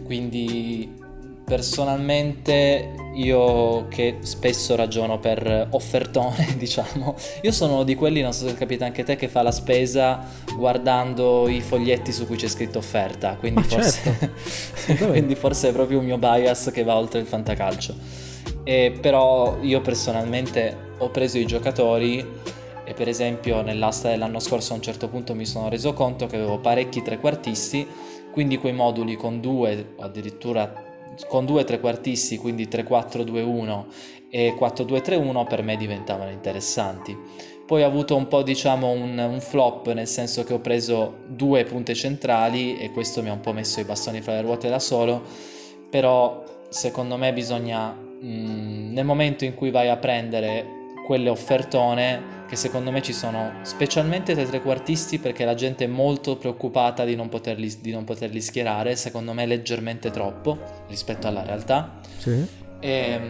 A: quindi personalmente io che spesso ragiono per offertone, diciamo, io sono uno di quelli, non so se capite anche te, che fa la spesa guardando i foglietti su cui c'è scritto offerta, quindi, forse, certo. quindi forse è proprio un mio bias che va oltre il fantacalcio. E però io personalmente ho preso i giocatori, e per esempio nell'asta dell'anno scorso a un certo punto mi sono reso conto che avevo parecchi trequartisti, quindi quei moduli con due, addirittura con due trequartisti, quindi tre quattro due uno e quattro due tre uno, per me diventavano interessanti. Poi ho avuto un po', diciamo, un, un flop, nel senso che ho preso due punte centrali e questo mi ha un po' messo i bastoni fra le ruote da solo. Però secondo me bisogna, mh, nel momento in cui vai a prendere quelle offertone, che secondo me ci sono specialmente tra i trequartisti, perché la gente è molto preoccupata di non poterli, di non poterli schierare, secondo me leggermente troppo rispetto alla realtà.
B: Sì.
A: E,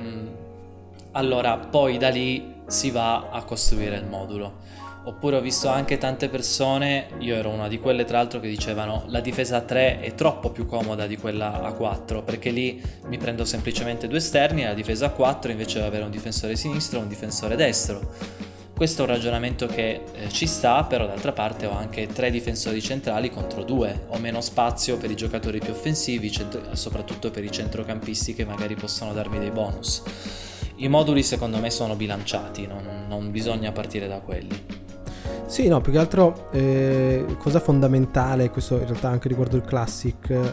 A: allora poi da lì si va a costruire il modulo. Oppure ho visto anche tante persone, io ero una di quelle tra l'altro, che dicevano la difesa a tre è troppo più comoda di quella a quattro, perché lì mi prendo semplicemente due esterni, e la difesa a quattro invece di avere un difensore sinistro e un difensore destro. Questo è un ragionamento che eh, ci sta, però d'altra parte ho anche tre difensori centrali contro due, ho meno spazio per i giocatori più offensivi, centro- soprattutto per i centrocampisti che magari possono darmi dei bonus. I moduli secondo me sono bilanciati, non, non bisogna partire da quelli.
B: Sì, no, più che altro eh, cosa fondamentale, questo in realtà anche riguardo il Classic,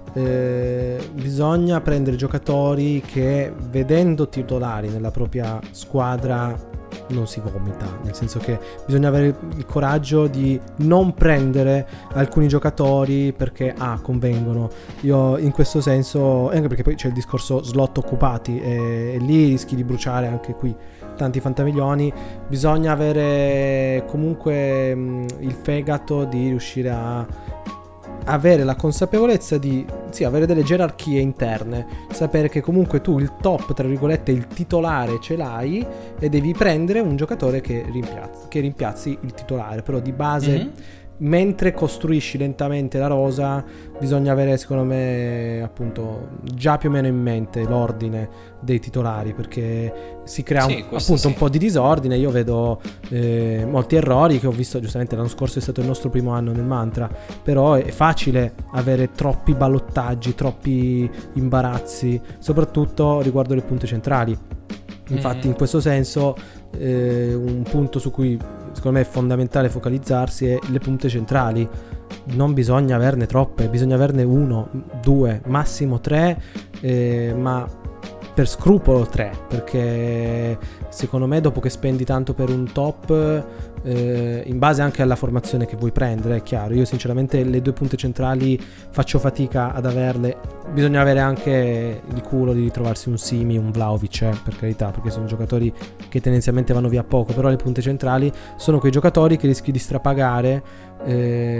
B: eh, bisogna prendere giocatori che vedendo titolari nella propria squadra non si vomita, nel senso che bisogna avere il coraggio di non prendere alcuni giocatori perché ah convengono. Io in questo senso, anche perché poi c'è il discorso slot occupati e, e lì rischi di bruciare anche qui tanti fantamilioni. Bisogna avere comunque mh, il fegato di riuscire a avere la consapevolezza di sì, avere delle gerarchie interne, sapere che comunque tu il top, tra virgolette, il titolare ce l'hai e devi prendere un giocatore che rimpiazzi, che rimpiazzi il titolare, però di base mm-hmm. mentre costruisci lentamente la rosa bisogna avere, secondo me, appunto già più o meno in mente l'ordine dei titolari, perché si crea sì, un, appunto sì. un po' di disordine. Io vedo eh, molti errori che ho visto, giustamente l'anno scorso è stato il nostro primo anno nel mantra, però è facile avere troppi ballottaggi, troppi imbarazzi, soprattutto riguardo le punte centrali. Infatti mm. in questo senso eh, un punto su cui secondo me è fondamentale focalizzarsi è le punte centrali. Non bisogna averne troppe, bisogna averne uno, due, massimo tre, eh, ma per scrupolo tre, perché secondo me dopo che spendi tanto per un top, eh, in base anche alla formazione che vuoi prendere, è chiaro, io sinceramente le due punte centrali faccio fatica ad averle. Bisogna avere anche il culo di ritrovarsi un Simi, un Vlahovic, eh, per carità, perché sono giocatori che tendenzialmente vanno via poco, però le punte centrali sono quei giocatori che rischi di strapagare eh,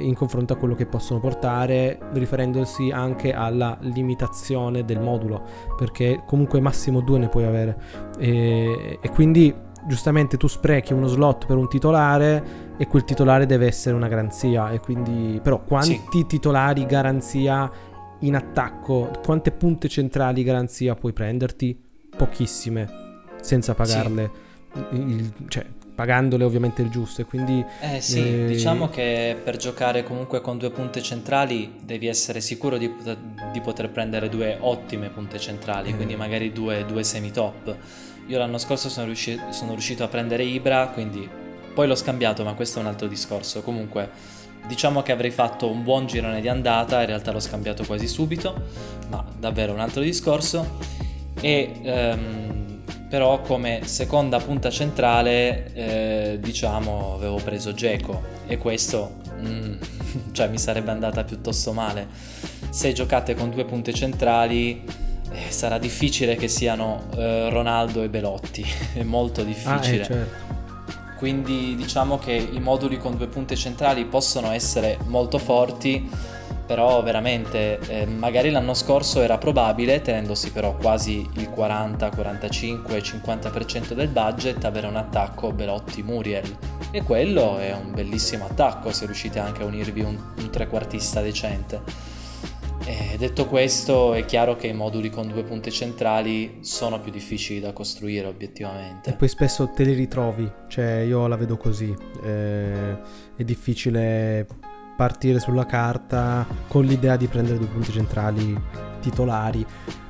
B: in confronto a quello che possono portare, riferendosi anche alla limitazione del modulo, perché comunque massimo due ne puoi avere, e, e quindi giustamente tu sprechi uno slot per un titolare e quel titolare deve essere una garanzia, e quindi però quanti sì. titolari garanzia in attacco, quante punte centrali garanzia puoi prenderti? Pochissime, senza pagarle, sì. il, cioè pagandole ovviamente il giusto, e quindi
A: eh sì, eh... diciamo che per giocare comunque con due punte centrali devi essere sicuro di, di poter prendere due ottime punte centrali, eh. quindi magari due, due semi-top. Io l'anno scorso sono riuscito, sono riuscito a prendere Ibra, quindi poi l'ho scambiato, ma questo è un altro discorso. Comunque diciamo che avrei fatto un buon girone di andata, in realtà l'ho scambiato quasi subito, ma davvero un altro discorso. E ehm, però come seconda punta centrale eh, diciamo avevo preso Dzeko, e questo mm, cioè mi sarebbe andata piuttosto male. Se giocate con due punte centrali eh, sarà difficile che siano eh, Ronaldo e Belotti, è molto difficile.
B: Ah, eh, certo.
A: Quindi diciamo che i moduli con due punte centrali possono essere molto forti, però veramente eh, magari l'anno scorso era probabile, tenendosi però quasi il quaranta, quarantacinque, cinquanta per cento del budget, avere un attacco Belotti-Muriel, e quello è un bellissimo attacco se riuscite anche a unirvi un, un trequartista decente. E detto questo, è chiaro che i moduli con due punte centrali sono più difficili da costruire obiettivamente.
B: E poi spesso te li ritrovi, cioè io la vedo così, eh, è difficile partire sulla carta con l'idea di prendere due punti centrali titolari.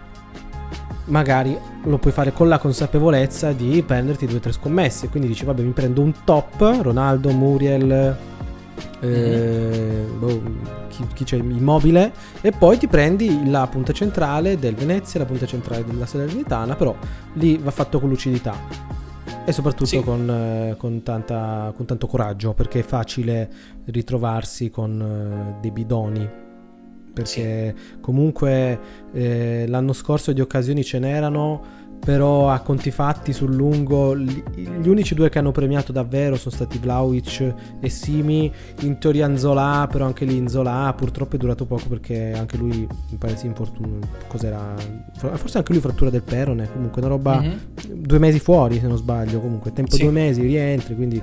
B: Magari lo puoi fare con la consapevolezza di prenderti due o tre scommesse, quindi dici vabbè, mi prendo un top, Ronaldo, Muriel, eh, mm-hmm. boh, chi, chi c'è, Immobile, e poi ti prendi la punta centrale del Venezia, la punta centrale della Salernitana, però lì va fatto con lucidità. E soprattutto sì. con, eh, con, tanta, con tanto coraggio, perché è facile ritrovarsi con eh, dei bidoni, perché sì. comunque eh, l'anno scorso di occasioni ce n'erano, però a conti fatti sul lungo gli, gli unici due che hanno premiato davvero sono stati Vlahovic e Simi. In teoria Nzola, però anche lì Nzola purtroppo è durato poco, perché anche lui mi pare sia importuno, cos'era, forse anche lui frattura del perone, comunque una roba, mm-hmm. due mesi fuori se non sbaglio, comunque tempo sì. due mesi, rientri, quindi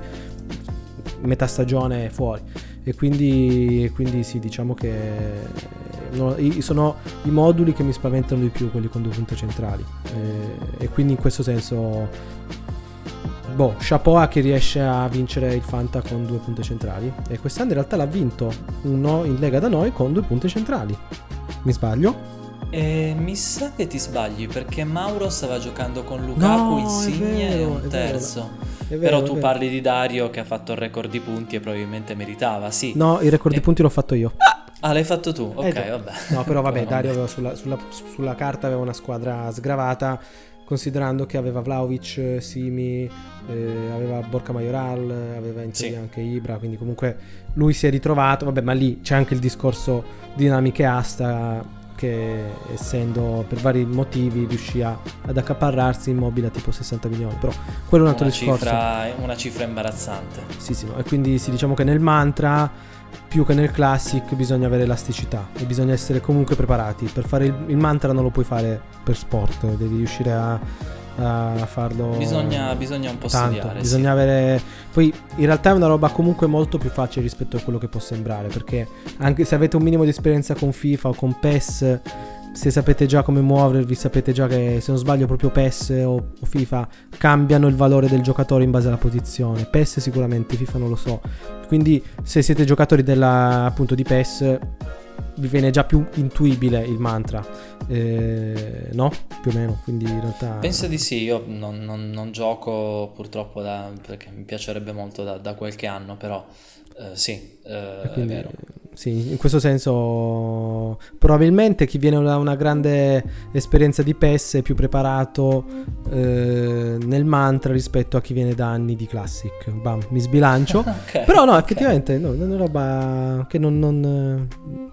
B: metà stagione fuori, e quindi, quindi sì, diciamo che no, sono i moduli che mi spaventano di più, quelli con due punte centrali, e, e quindi in questo senso boh, chapeau a chi riesce a vincere il Fanta con due punte centrali, e quest'anno in realtà l'ha vinto uno in Lega da noi con due punte centrali. Mi sbaglio?
A: Eh, mi sa che ti sbagli, perché Mauro stava giocando con Lukaku,
B: no,
A: Insigne
B: vero,
A: e un terzo. Vero, però tu parli di Dario che ha fatto il record di punti e probabilmente meritava, sì.
B: No, il record
A: eh.
B: di punti l'ho fatto io.
A: Ah, l'hai fatto tu? Ok,
B: eh,
A: vabbè.
B: No, però vabbè, Dario aveva sulla, sulla, sulla carta aveva una squadra sgravata, considerando che aveva Vlahovic, Simi, eh, aveva Borca Majoral, aveva in teoria sì. anche Ibra, quindi comunque lui si è ritrovato, vabbè, ma lì c'è anche il discorso dinamiche asta, che essendo per vari motivi riuscì a, ad accaparrarsi Immobile a tipo sessanta milioni, però quello è un altro
A: una
B: discorso.
A: Cifra, una cifra imbarazzante.
B: Sì, sì, no. E quindi sì, diciamo che nel mantra più che nel classic bisogna avere elasticità e bisogna essere comunque preparati. Per fare il, il mantra non lo puoi fare per sport, devi riuscire a, a farlo.
A: Bisogna, bisogna un po'
B: tanto.
A: studiare.
B: Bisogna
A: sì.
B: avere. Poi in realtà è una roba comunque molto più facile rispetto a quello che può sembrare, perché anche se avete un minimo di esperienza con FIFA o con P E S, se sapete già come muovervi, sapete già che, se non sbaglio, proprio P E S o, o FIFA cambiano il valore del giocatore in base alla posizione. P E S sicuramente, FIFA non lo so. Quindi se siete giocatori della, appunto di P E S, vi viene già più intuibile il mantra, eh, no? Più o meno, quindi in realtà
A: penso di sì. Io non, non, non gioco purtroppo da, perché mi piacerebbe molto da, da qualche anno, però eh, sì, eh, quindi, è vero.
B: Sì, in questo senso probabilmente chi viene da una grande esperienza di P E S è più preparato eh, nel mantra rispetto a chi viene da anni di Classic. Bam, mi sbilancio. Okay, però no, effettivamente okay. no, è una roba che non, non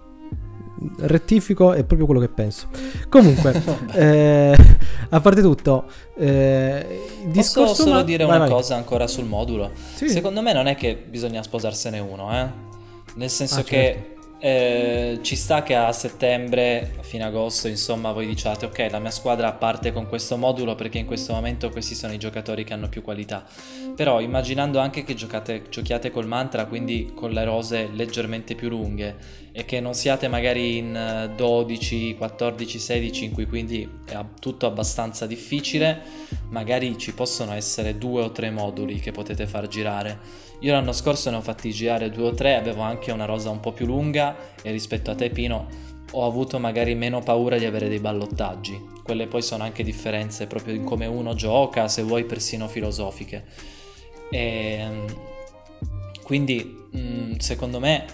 B: rettifico, è proprio quello che penso. Comunque eh, a parte tutto, eh, il discorso
A: posso solo
B: ma...
A: dire
B: vai,
A: una
B: vai.
A: cosa ancora sul modulo. Sì. Secondo me non è che bisogna sposarsene uno, eh nel senso
B: Ah,
A: che
B: certo.
A: eh, ci sta che a settembre, fino agosto, insomma, voi diciate ok, la mia squadra parte con questo modulo perché in questo momento questi sono i giocatori che hanno più qualità. Però immaginando anche che giocate, giochiate col mantra, quindi con le rose leggermente più lunghe, e che non siate magari in eh, dodici, quattordici, sedici, in cui quindi è ab- tutto abbastanza difficile, magari ci possono essere due o tre moduli che potete far girare. Io l'anno scorso ne ho fatti girare due o tre, avevo anche una rosa un po' più lunga e rispetto a te, Pino, ho avuto magari meno paura di avere dei ballottaggi. Quelle poi sono anche differenze proprio in come uno gioca, se vuoi persino filosofiche. E quindi mh, secondo me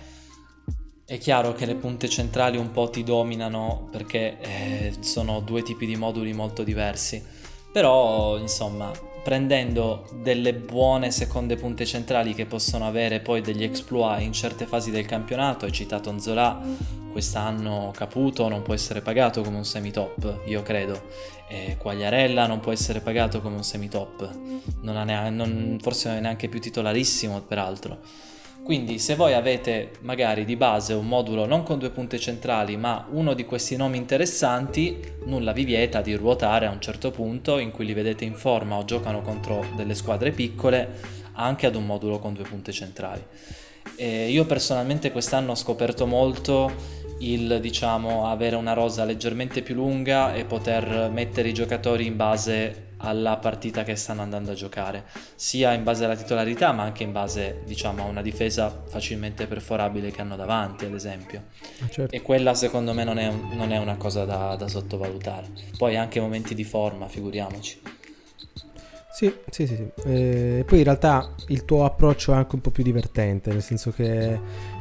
A: è chiaro che le punte centrali un po' ti dominano perché eh, sono due tipi di moduli molto diversi. Però insomma, prendendo delle buone seconde punte centrali che possono avere poi degli exploit in certe fasi del campionato, hai citato Nzola, quest'anno Caputo non può essere pagato come un semi-top, io credo, e Quagliarella non può essere pagato come un semi-top, non ha neanche, non, forse non è neanche più titolarissimo peraltro. Quindi se voi avete magari di base un modulo non con due punte centrali ma uno di questi nomi interessanti, nulla vi vieta di ruotare a un certo punto in cui li vedete in forma o giocano contro delle squadre piccole anche ad un modulo con due punte centrali. E io personalmente quest'anno ho scoperto molto il, diciamo, avere una rosa leggermente più lunga e poter mettere i giocatori in base alla partita che stanno andando a giocare, sia in base alla titolarità ma anche in base, diciamo, a una difesa facilmente perforabile che hanno davanti, ad esempio.
B: Ah, certo.
A: E quella secondo me non è, non è una cosa da, da sottovalutare. Poi anche momenti di forma, figuriamoci.
B: Sì, sì, sì, sì. E poi in realtà il tuo approccio è anche un po' più divertente, nel senso che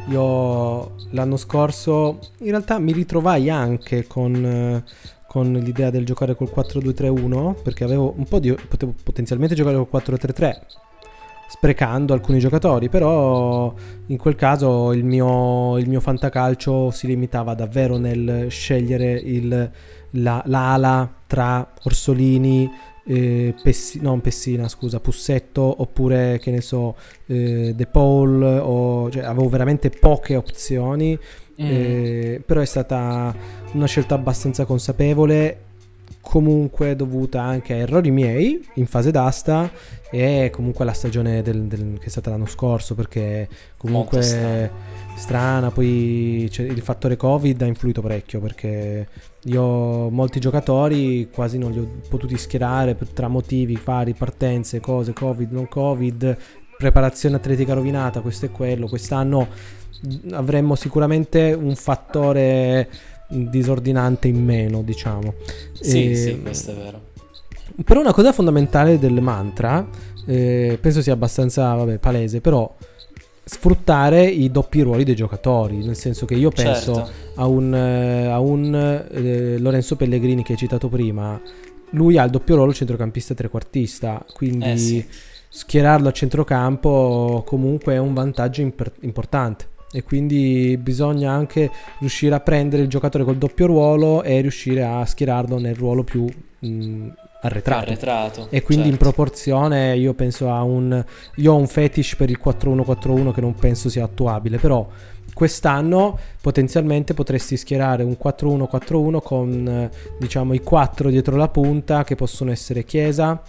B: io l'anno scorso in realtà mi ritrovai anche con, eh, con l'idea del giocare col quattro due tre uno, perché avevo un po' di potevo potenzialmente giocare col quattro tre tre sprecando alcuni giocatori, però in quel caso il mio, il mio fantacalcio si limitava davvero nel scegliere il, la, l'ala tra Orsolini, eh, Pessi, non Pessina, scusa, Pussetto, oppure che ne so, eh, De Paul, o, cioè, avevo veramente poche opzioni,
A: Mm.
B: eh, però è stata una scelta abbastanza consapevole, comunque dovuta anche a errori miei in fase d'asta e comunque alla stagione del, del, che è stata l'anno scorso, perché comunque
A: strana.
B: strana, poi cioè, il fattore Covid ha influito parecchio, perché io molti giocatori quasi non li ho potuti schierare per, tra motivi vari, partenze, cose, Covid, non Covid, preparazione atletica rovinata, questo e quello. Quest'anno avremmo sicuramente un fattore disordinante in meno, diciamo.
A: Sì,
B: e,
A: sì, questo è vero.
B: Però una cosa fondamentale del mantra, eh, penso sia abbastanza vabbè, palese, però sfruttare i doppi ruoli dei giocatori, nel senso che io penso
A: Certo.
B: a un, eh, a un eh, Lorenzo Pellegrini che hai citato prima, lui ha il doppio ruolo centrocampista e trequartista, quindi
A: Eh sì.
B: schierarlo a centrocampo comunque è un vantaggio imper- importante. E quindi bisogna anche riuscire a prendere il giocatore col doppio ruolo e riuscire a schierarlo nel ruolo più mh, arretrato.
A: Arretrato,
B: E quindi
A: certo.
B: in proporzione io penso a un io ho un fetish per il quattro uno quattro uno che non penso sia attuabile, però quest'anno potenzialmente potresti schierare un quattro uno quattro uno con eh, diciamo i quattro dietro la punta, che possono essere Chiesa,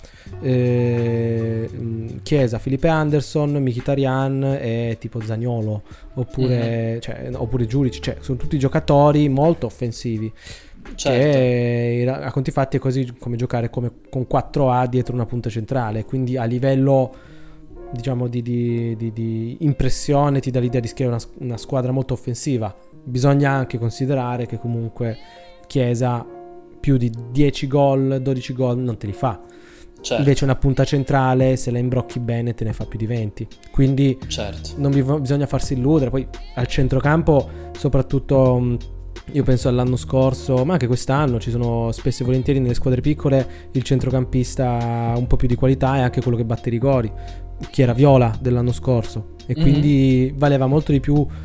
B: eh, Chiesa, Felipe Anderson, Mkhitaryan e tipo Zaniolo, oppure, mm-hmm. cioè, oppure Juric, cioè sono tutti giocatori molto offensivi.
A: Certo.
B: Che a conti fatti è così come giocare come con quattro A dietro una punta centrale, quindi a livello diciamo di, di, di, di impressione ti dà l'idea di schierare una, una squadra molto offensiva. Bisogna anche considerare che comunque Chiesa più di dieci gol, dodici gol non te li fa. Certo. Invece una punta centrale, se la imbrocchi bene, te ne fa più di venti. Quindi
A: certo.
B: non vi, bisogna farsi illudere. Poi al centrocampo, soprattutto io penso all'anno scorso, ma anche quest'anno, ci sono spesso e volentieri nelle squadre piccole il centrocampista un po' più di qualità è anche quello che batte i rigori, chi era Viola dell'anno scorso, e quindi mm-hmm. valeva molto di più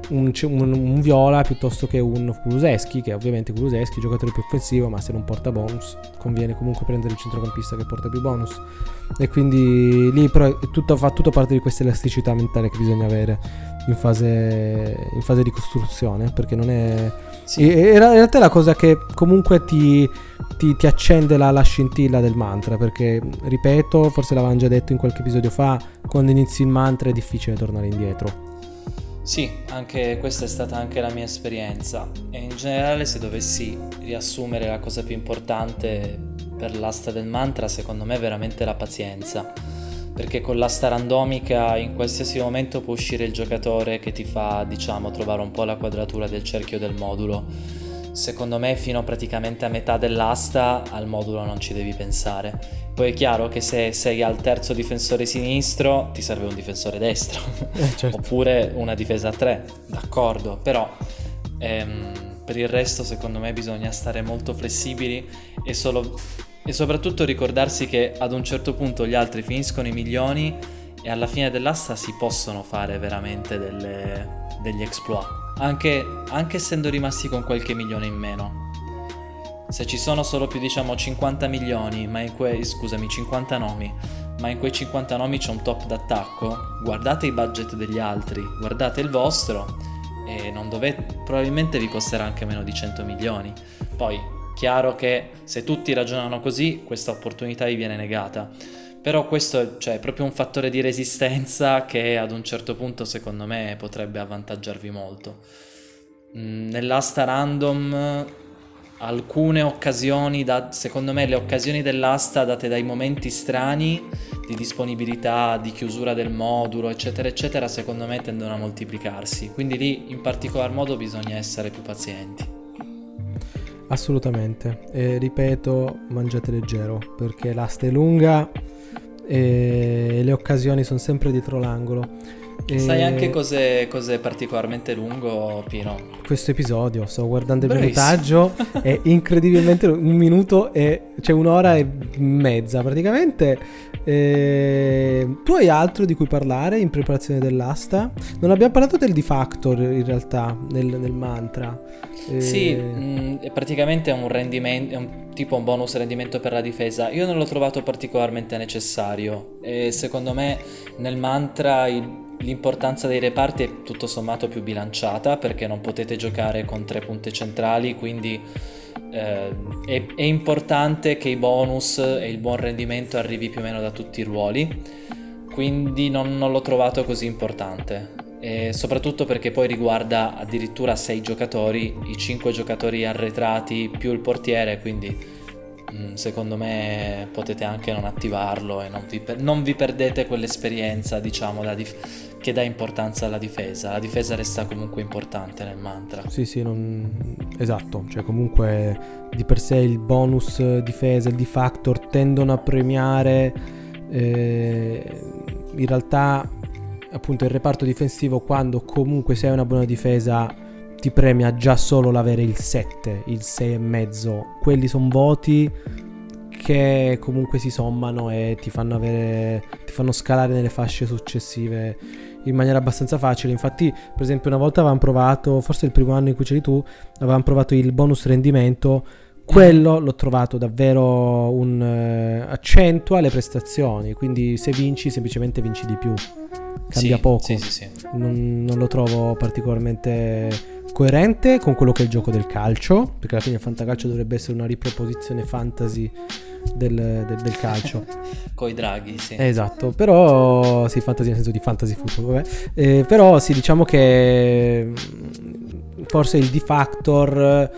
B: un, un, un Viola piuttosto che un Kulusevski, che ovviamente Kulusevski è il giocatore più offensivo, ma se non porta bonus conviene comunque prendere il centrocampista che porta più bonus, e quindi lì però è tutto, fa tutto parte di questa elasticità mentale che bisogna avere in fase, in fase di costruzione, perché non è sì. in realtà è la cosa che comunque ti, ti, ti accende la, la scintilla del mantra, perché ripeto, forse l'avevamo già detto in qualche episodio fa, quando inizi il mantra è difficile tornare indietro.
A: Sì, anche questa è stata anche la mia esperienza, e in generale se dovessi riassumere la cosa più importante per l'asta del mantra, secondo me è veramente la pazienza, perché con l'asta randomica in qualsiasi momento può uscire il giocatore che ti fa, diciamo, trovare un po' la quadratura del cerchio del modulo. Secondo me fino praticamente a metà dell'asta al modulo non ci devi pensare. Poi è chiaro che se sei al terzo difensore sinistro ti serve un difensore destro,
B: eh, certo.
A: oppure una difesa a tre, d'accordo, però ehm, per il resto secondo me bisogna stare molto flessibili e, solo, e soprattutto ricordarsi che ad un certo punto gli altri finiscono i milioni e alla fine dell'asta si possono fare veramente delle, degli exploit, anche, anche essendo rimasti con qualche milione in meno. Se ci sono solo più, diciamo, cinquanta milioni, ma in quei, scusami, cinquanta nomi, ma in quei cinquanta nomi c'è un top d'attacco, guardate i budget degli altri, guardate il vostro e non dovete, probabilmente vi costerà anche meno di cento milioni. Poi, chiaro che se tutti ragionano così, questa opportunità vi viene negata. Però questo è, cioè, è proprio un fattore di resistenza che ad un certo punto secondo me potrebbe avvantaggiarvi molto. Mm, nell'asta random alcune occasioni, da, secondo me le occasioni dell'asta date dai momenti strani di disponibilità, di chiusura del modulo, eccetera eccetera, secondo me tendono a moltiplicarsi, quindi lì in particolar modo bisogna essere più pazienti.
B: Assolutamente, e ripeto, mangiate leggero, perché l'asta è lunga e le occasioni sono sempre dietro l'angolo. E
A: sai anche cos'è, cos'è particolarmente lungo, Pino?
B: Questo episodio, sto guardando il
A: Bravissimo.
B: minutaggio, è incredibilmente un minuto e cioè un'ora e mezza praticamente. E tu hai altro di cui parlare in preparazione dell'asta? Non abbiamo parlato del D-Factor in realtà nel, nel mantra. E...
A: Sì, mh, è praticamente un rendimento, è un, tipo un bonus rendimento per la difesa. Io non l'ho trovato particolarmente necessario e secondo me nel mantra il l'importanza dei reparti è tutto sommato più bilanciata, perché non potete giocare con tre punte centrali, quindi eh, è, è importante che i bonus e il buon rendimento arrivi più o meno da tutti i ruoli, quindi non, non l'ho trovato così importante, e soprattutto perché poi riguarda addirittura sei giocatori, i cinque giocatori arretrati più il portiere, quindi secondo me potete anche non attivarlo e non vi, per- non vi perdete quell'esperienza, diciamo, da dif- che dà importanza alla difesa. La difesa resta comunque importante nel mantra.
B: Sì, sì, non... esatto, cioè comunque di per sé il bonus difesa, il D-Factor tendono a premiare eh, in realtà appunto il reparto difensivo, quando comunque sei una buona difesa ti premia già solo l'avere il sette, il sei e mezzo. Quelli sono voti che comunque si sommano e ti fanno avere, ti fanno scalare nelle fasce successive in maniera abbastanza facile. Infatti, per esempio, una volta avevamo provato, forse il primo anno in cui c'eri tu, avevamo provato il bonus rendimento. Quello l'ho trovato davvero un uh, accento alle prestazioni, quindi se vinci semplicemente vinci di più, cambia
A: sì,
B: poco.
A: Sì, sì, sì.
B: Non, non lo trovo particolarmente coerente con quello che è il gioco del calcio, perché alla fine il fantacalcio dovrebbe essere una riproposizione fantasy del, del, del calcio.
A: Coi draghi, sì.
B: Esatto, però sì, fantasy nel senso di fantasy football, vabbè. Eh, però sì, diciamo che forse il D-Factor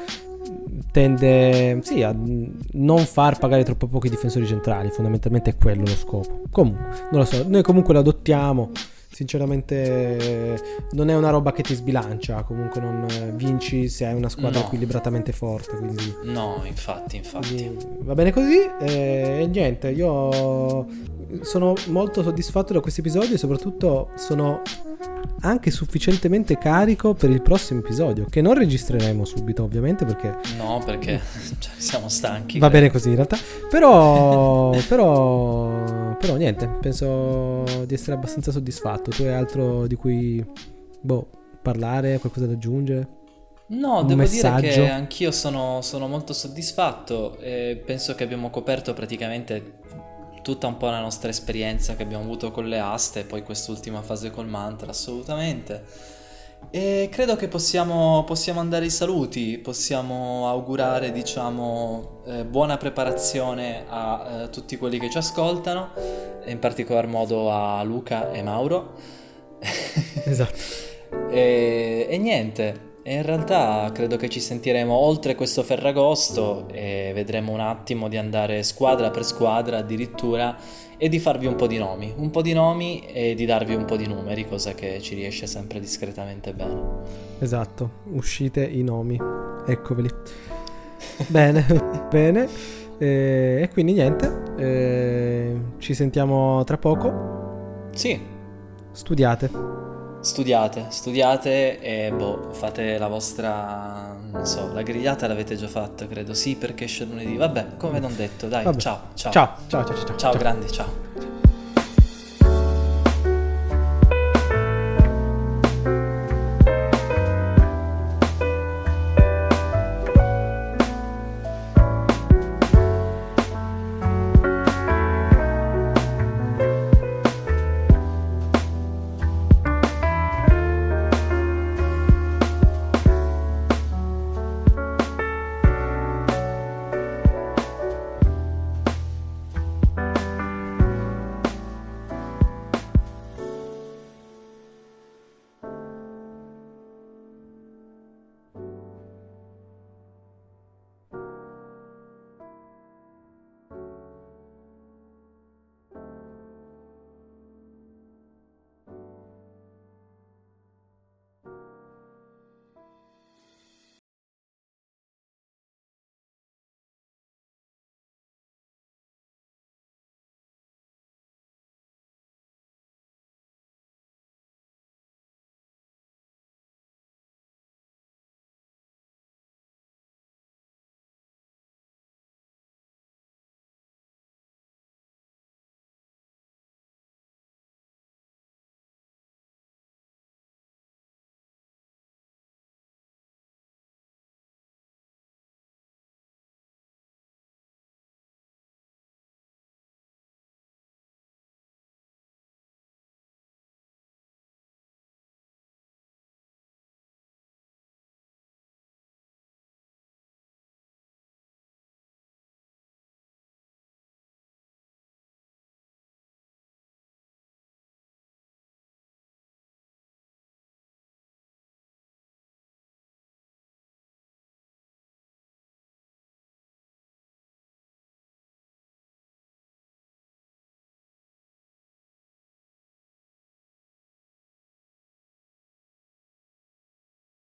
B: tende sì a non far pagare troppo pochi difensori centrali, fondamentalmente è quello lo scopo. Comunque, non lo so, noi comunque lo adottiamo. Sinceramente non è una roba che ti sbilancia, comunque non vinci se hai una squadra
A: no.
B: equilibratamente forte, quindi
A: no, infatti, infatti.
B: Va bene così e niente, io sono molto soddisfatto da questo episodio e soprattutto sono anche sufficientemente carico per il prossimo episodio, che non registreremo subito ovviamente perché
A: no, perché cioè, siamo stanchi.
B: Va credo. Bene così in realtà, però però però niente, penso di essere abbastanza soddisfatto. Tu hai altro di cui boh parlare, qualcosa da aggiungere?
A: No,
B: Un
A: devo
B: messaggio?
A: dire che anch'io sono, sono molto soddisfatto e penso che abbiamo coperto praticamente tutta un po' la nostra esperienza che abbiamo avuto con le aste e poi quest'ultima fase col mantra, assolutamente. E credo che possiamo, possiamo andare ai saluti, possiamo augurare, diciamo, eh, buona preparazione a eh, tutti quelli che ci ascoltano, e in particolar modo a Luca e Mauro.
B: Esatto.
A: E, e niente, e in realtà credo che ci sentiremo oltre questo Ferragosto e vedremo un attimo di andare squadra per squadra addirittura e di farvi un po' di nomi, un po' di nomi e di darvi un po' di numeri, cosa che ci riesce sempre discretamente bene.
B: Esatto, uscite i nomi, eccoveli. Bene, bene. Eh, e quindi niente, eh, ci sentiamo tra poco.
A: Sì,
B: Studiate.
A: studiate, studiate e boh, fate la vostra, non so, la grigliata l'avete già fatta, credo. Sì, perché esce lunedì. Vabbè, come non detto, dai,
B: Vabbè.
A: ciao, ciao.
B: Ciao, ciao, ciao, ciao.
A: Ciao, grandi, ciao.